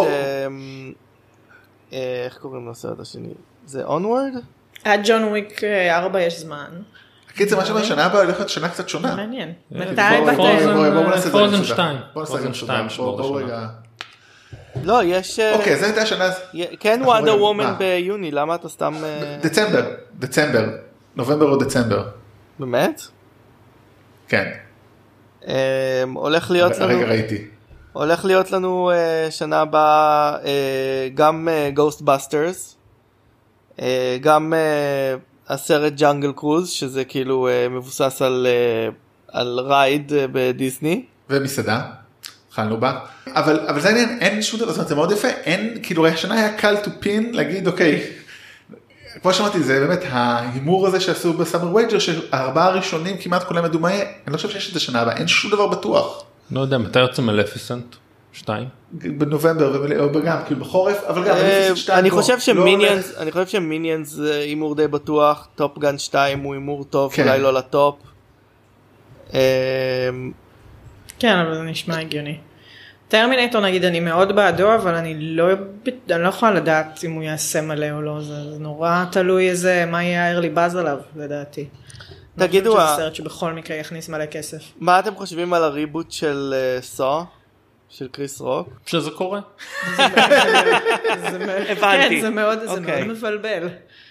איך קוראים לסרט השני? זה Onward? עד ג'ון וויק 4 יש זמן. קיצר, מה שאומר, שנה הבאה הולכת להיות שנה קצת שונה. מעניין. בואו נעשה את זה. פרוזן 2. בואו רגע. לא, יש... אוקיי, זה הייתה השנה... כן, וונדר וומן ביוני, למה אתה סתם... דצמבר. נובמבר או דצמבר. באמת? כן. הולך להיות לנו... רגע, ראיתי. הולך להיות לנו שנה הבאה גם Ghostbusters, גם הסרט ג'אנגל קרוז, שזה כאילו מבוסס על רייד בדיסני. ומסעדה, אכלנו בה. אבל זה העניין, אין שום דבר, זה מאוד יפה, אין, כאילו השנה היה קל to pin להגיד, אוקיי, כמו שאמרתי, זה באמת ההימור הזה שעשו בסאמר וייג'ר, שהארבעה הראשונים כמעט כולם ידעו מה יהיה, אני לא חושב שיש את זה שנה הבאה, אין שום דבר בטוח. לא יודע, מתי יוצא מלפיסנט? 2? בנובמבר, או גם, כאילו בחורף, אבל גם מלפיסנט 2. אני חושב שמיניאנס זה הימור די בטוח, טופ גן 2 הוא הימור טוב, אולי לא לטופ. כן, אבל זה נשמע הגיוני. טרמינטור נגיד אני מאוד בעדו, אבל אני לא יכולה לדעת אם הוא יעשה מלא או לא, זה נורא תלוי איזה, מה יהיה הארלי באז עליו, לדעתי. תגידו, זה סרט שבכל מקרה יכניס מלא כסף. מה אתם חושבים על הריבוט של סו? של קריס רוק? שזה קורה. הבנתי. כן, זה מאוד מבלבל.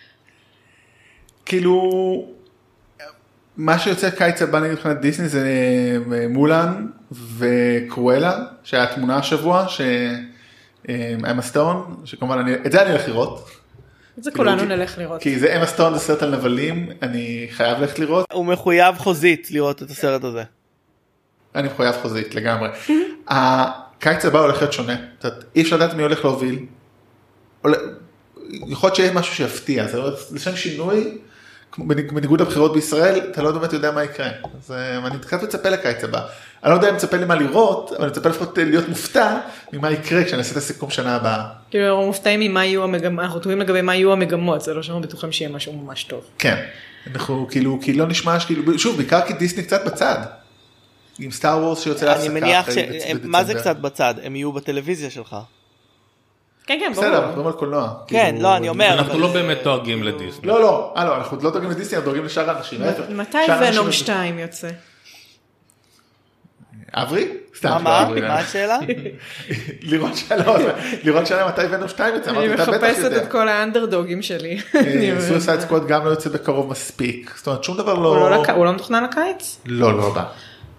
כאילו, מה שיוצא קיץ הבא נגיד מבחינת דיסני זה מולן וקרואלה, שהיה תמונה השבוע, שאמה סטון, שכמובן את זה אני הולך לראות. את זה כולנו נלך לראות. כי זה אמה סטון, זה סרט על נבלים, אני חייב ללכת לראות. הוא מחויב חוזית לראות את הסרט הזה. אני מחויב חוזית לגמרי. הקיץ הבא הולך להיות שונה. אי אפשר לדעת מי הולך להוביל. יכול להיות שיהיה משהו שיפתיע, זה לשם שינוי, בניגוד לבחירות בישראל, אתה לא באמת יודע מה יקרה. אז אני קצת מצפה לקיץ הבא. אני לא יודע אם מצפה למה לראות, אבל אני מצפה לפחות להיות מופתע ממה יקרה כשאני אעשה את הסיכום שנה הבאה. כאילו, אנחנו מופתעים ממה יהיו המגמות, אנחנו טובים לגבי מה יהיו המגמות, זה לא שאנחנו בטוחים שיהיה משהו ממש טוב. כן, אנחנו כאילו, כי לא נשמע, שוב, בעיקר כי דיסני קצת בצד. עם סטאר וורס שיוצא להפסקה. אני מניח מה זה קצת בצד? הם יהיו בטלוויזיה שלך. כן, כן, בסדר, אנחנו מדברים על קולנוע. כן, לא, אני אומר. אנחנו לא באמת דואגים לדיסני. לא, אנחנו לא דואגים לדיסני, אנחנו דואגים לשאר האנשים. מתי ונום 2 יוצא? אברי? מה השאלה? לירון שאלה מתי ונום 2 יוצא. אני מחפשת את כל האנדרדוגים שלי. סויסייד סקוואד גם לא יוצא בקרוב מספיק. זאת אומרת, שום דבר לא... הוא לא מתוכנן לקיץ? לא בא.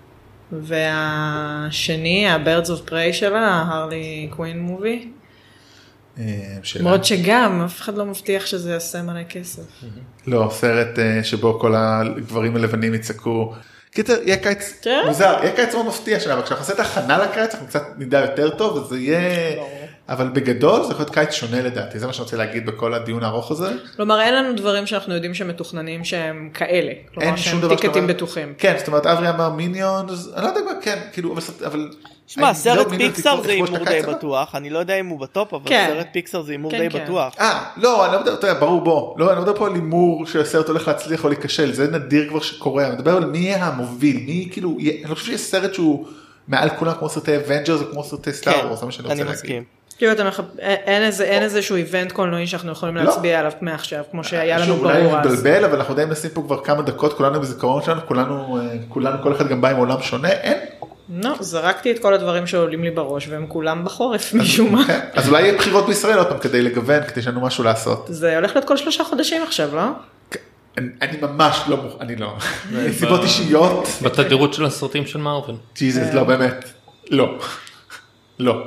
והשני, ה-Birds of Prey שלה, ה-Harley Quinn movie. מאוד שגם, אף אחד לא מבטיח שזה יעשה מלא כסף. לא, סרט שבו כל הגברים הלבנים יצעקו. קיצר, יהיה קיץ מוזר, יהיה קיץ מאוד מפתיע שלה, אבל כשאנחנו נעשה את ההכנה לקיץ, אנחנו קצת נדע יותר טוב, וזה יהיה... אבל בגדול זה יכול להיות קיץ שונה לדעתי, זה מה שאני רוצה להגיד בכל הדיון הארוך הזה. כלומר, אין לנו דברים שאנחנו יודעים שמתוכננים שהם כאלה, כלומר שהם טיקטים בטוחים. כן, זאת אומרת, אברי אמר מיניונס, אני לא יודע מה, כן, כאילו, אבל... שמע, סרט פיקסר זה הימור די בטוח, אני לא יודע אם הוא בטופ, אבל סרט פיקסר זה הימור די בטוח. לא, אני לא יודע, ברור בוא, לא, אני לא יודע פה על הימור שהסרט הולך להצליח או להיכשל, זה נדיר כבר שקורה, אני מדבר על מי יהיה המוביל, מי כאילו, אני לא חושב שיש סרט שהוא מעל כולם כמו סרטי אבנג'רס וכמו סרטי סטאר וורס, זה מה שאני רוצה אני להגיד. מסכים. כאילו אין איזשהו איבנט קולנועי שאנחנו יכולים להצביע עליו מעכשיו, כמו שהיה לנו ברור אז. אולי נתבלבל, אבל אנחנו די מנסים פה כבר כמה דקות, כולנו בזיכרון שלנו, כולנו, כל אחד גם בא עם עולם שונה, אין? לא, זרקתי את כל הדברים שעולים לי בראש, והם כולם בחורף משום מה. אז אולי יהיה בחירות בישראל עוד פעם כדי לגוון, כדי שיהיה לנו משהו לעשות. זה הולך להיות כל 3 חודשים עכשיו, לא? אני ממש לא, אני לא. סיבות אישיות. בתדירות של הסרטים של מארוול. ג'יזוס, לא באמת. לא. לא.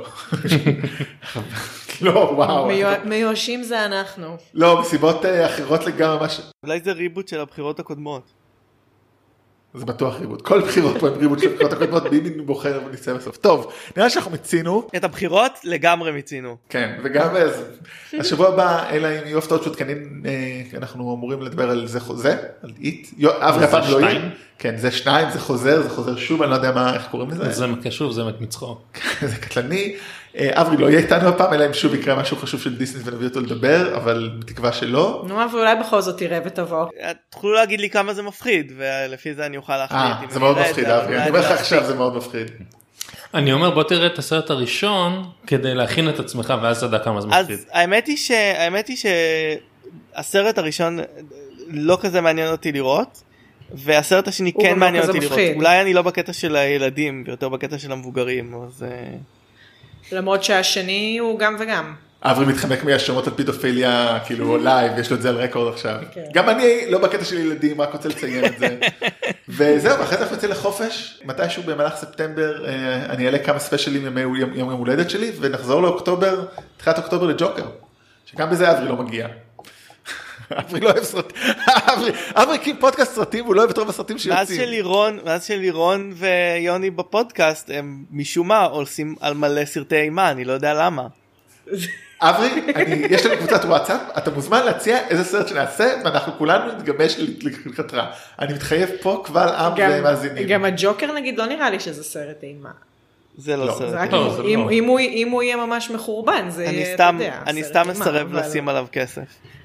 לא, וואו. מיואשים זה אנחנו. לא, מסיבות אחרות לגמרי. אולי זה ריבוט של הבחירות הקודמות. זה בטוח ריבוט. כל בחירות פה הם ריבוט של הבחירות הקודמות, ביבי בוחר ונצא בסוף. טוב, נראה שאנחנו מצינו. את הבחירות לגמרי מצינו. כן, וגם השבוע הבא, אלא אם יהיו הפתעות שעודכנים, אנחנו אמורים לדבר על זה חוזה, על איט. אברי הפעם לא יהיה. כן, זה 2, זה חוזר שוב, אני לא יודע איך קוראים לזה. זה קשור, זה מצחוק. זה קטלני. אברי לא יהיה איתנו הפעם, אלא אם שוב יקרה משהו חשוב של דיסני ונביא אותו לדבר, אבל בתקווה שלא. נו, אבל אולי בכל זאת תראה ותבוא. תוכלו להגיד לי כמה זה מפחיד, ולפי זה אני אוכל להחליט. זה מאוד מפחיד, אברי. אני אומר לך עכשיו, זה מאוד מפחיד. אני אומר, בוא תראה את הסרט הראשון, כדי להכין את עצמך, ואז תדע כמה זה מפחיד. אז האמת היא שהסרט הראשון לא כזה מעניין אותי לראות, והסרט השני כן מעניין אותי לראות. אולי אני לא בקטע של הילדים, ויותר בקטע של המבוגרים, אז... למרות שהשני הוא גם וגם. אברי מתחמק מהשמות על פידופיליה, כאילו לייב, יש לו את זה על רקורד עכשיו. גם אני לא בקטע של ילדים, רק רוצה לציין את זה. וזהו, ואחרי זה אנחנו יוצא לחופש, מתישהו במהלך ספטמבר, אני אעלה כמה ספיישלים יום הולדת שלי, ונחזור לאוקטובר, תחילת אוקטובר לג'וקר. שגם בזה אברי לא מגיע. אברי לא אוהב סרטים, אברי קים פודקאסט סרטים, הוא לא אוהב את רוב הסרטים שיוצאים. ואז שלירון ויוני בפודקאסט, הם משום מה עושים על מלא סרטי אימה, אני לא יודע למה. אברי, יש לנו קבוצת וואטסאפ, אתה מוזמן להציע איזה סרט שנעשה, ואנחנו כולנו נתגמש לכתרה. אני מתחייב פה קבל עם ומאזינים. גם הג'וקר נגיד, לא נראה לי שזה סרט אימה. זה לא סרט. אם הוא יהיה ממש מחורבן, זה יהיה, אתה יודע. אני סתם מסרב לשים עליו כסף.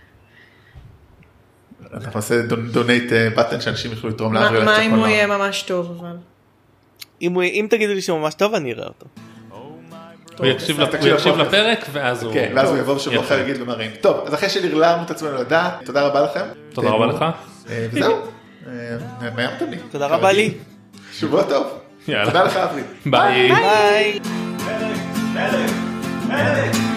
אנחנו נעשה דונייט בטן שאנשים יוכלו לתרום לאברי. מה אם הוא יהיה ממש טוב אבל? אם תגידו לי שהוא ממש טוב אני אראה אותו. הוא יקשיב לפרק ואז הוא... כן, ואז הוא יבוא בשבוע אחר יגיד ומראים. טוב, אז אחרי שלרלמנו את עצמנו לדעת, תודה רבה לכם. תודה רבה לך. וזהו, מיימתם לי. תודה רבה לי. שבוע טוב. תודה לך אברי. ביי. ביי.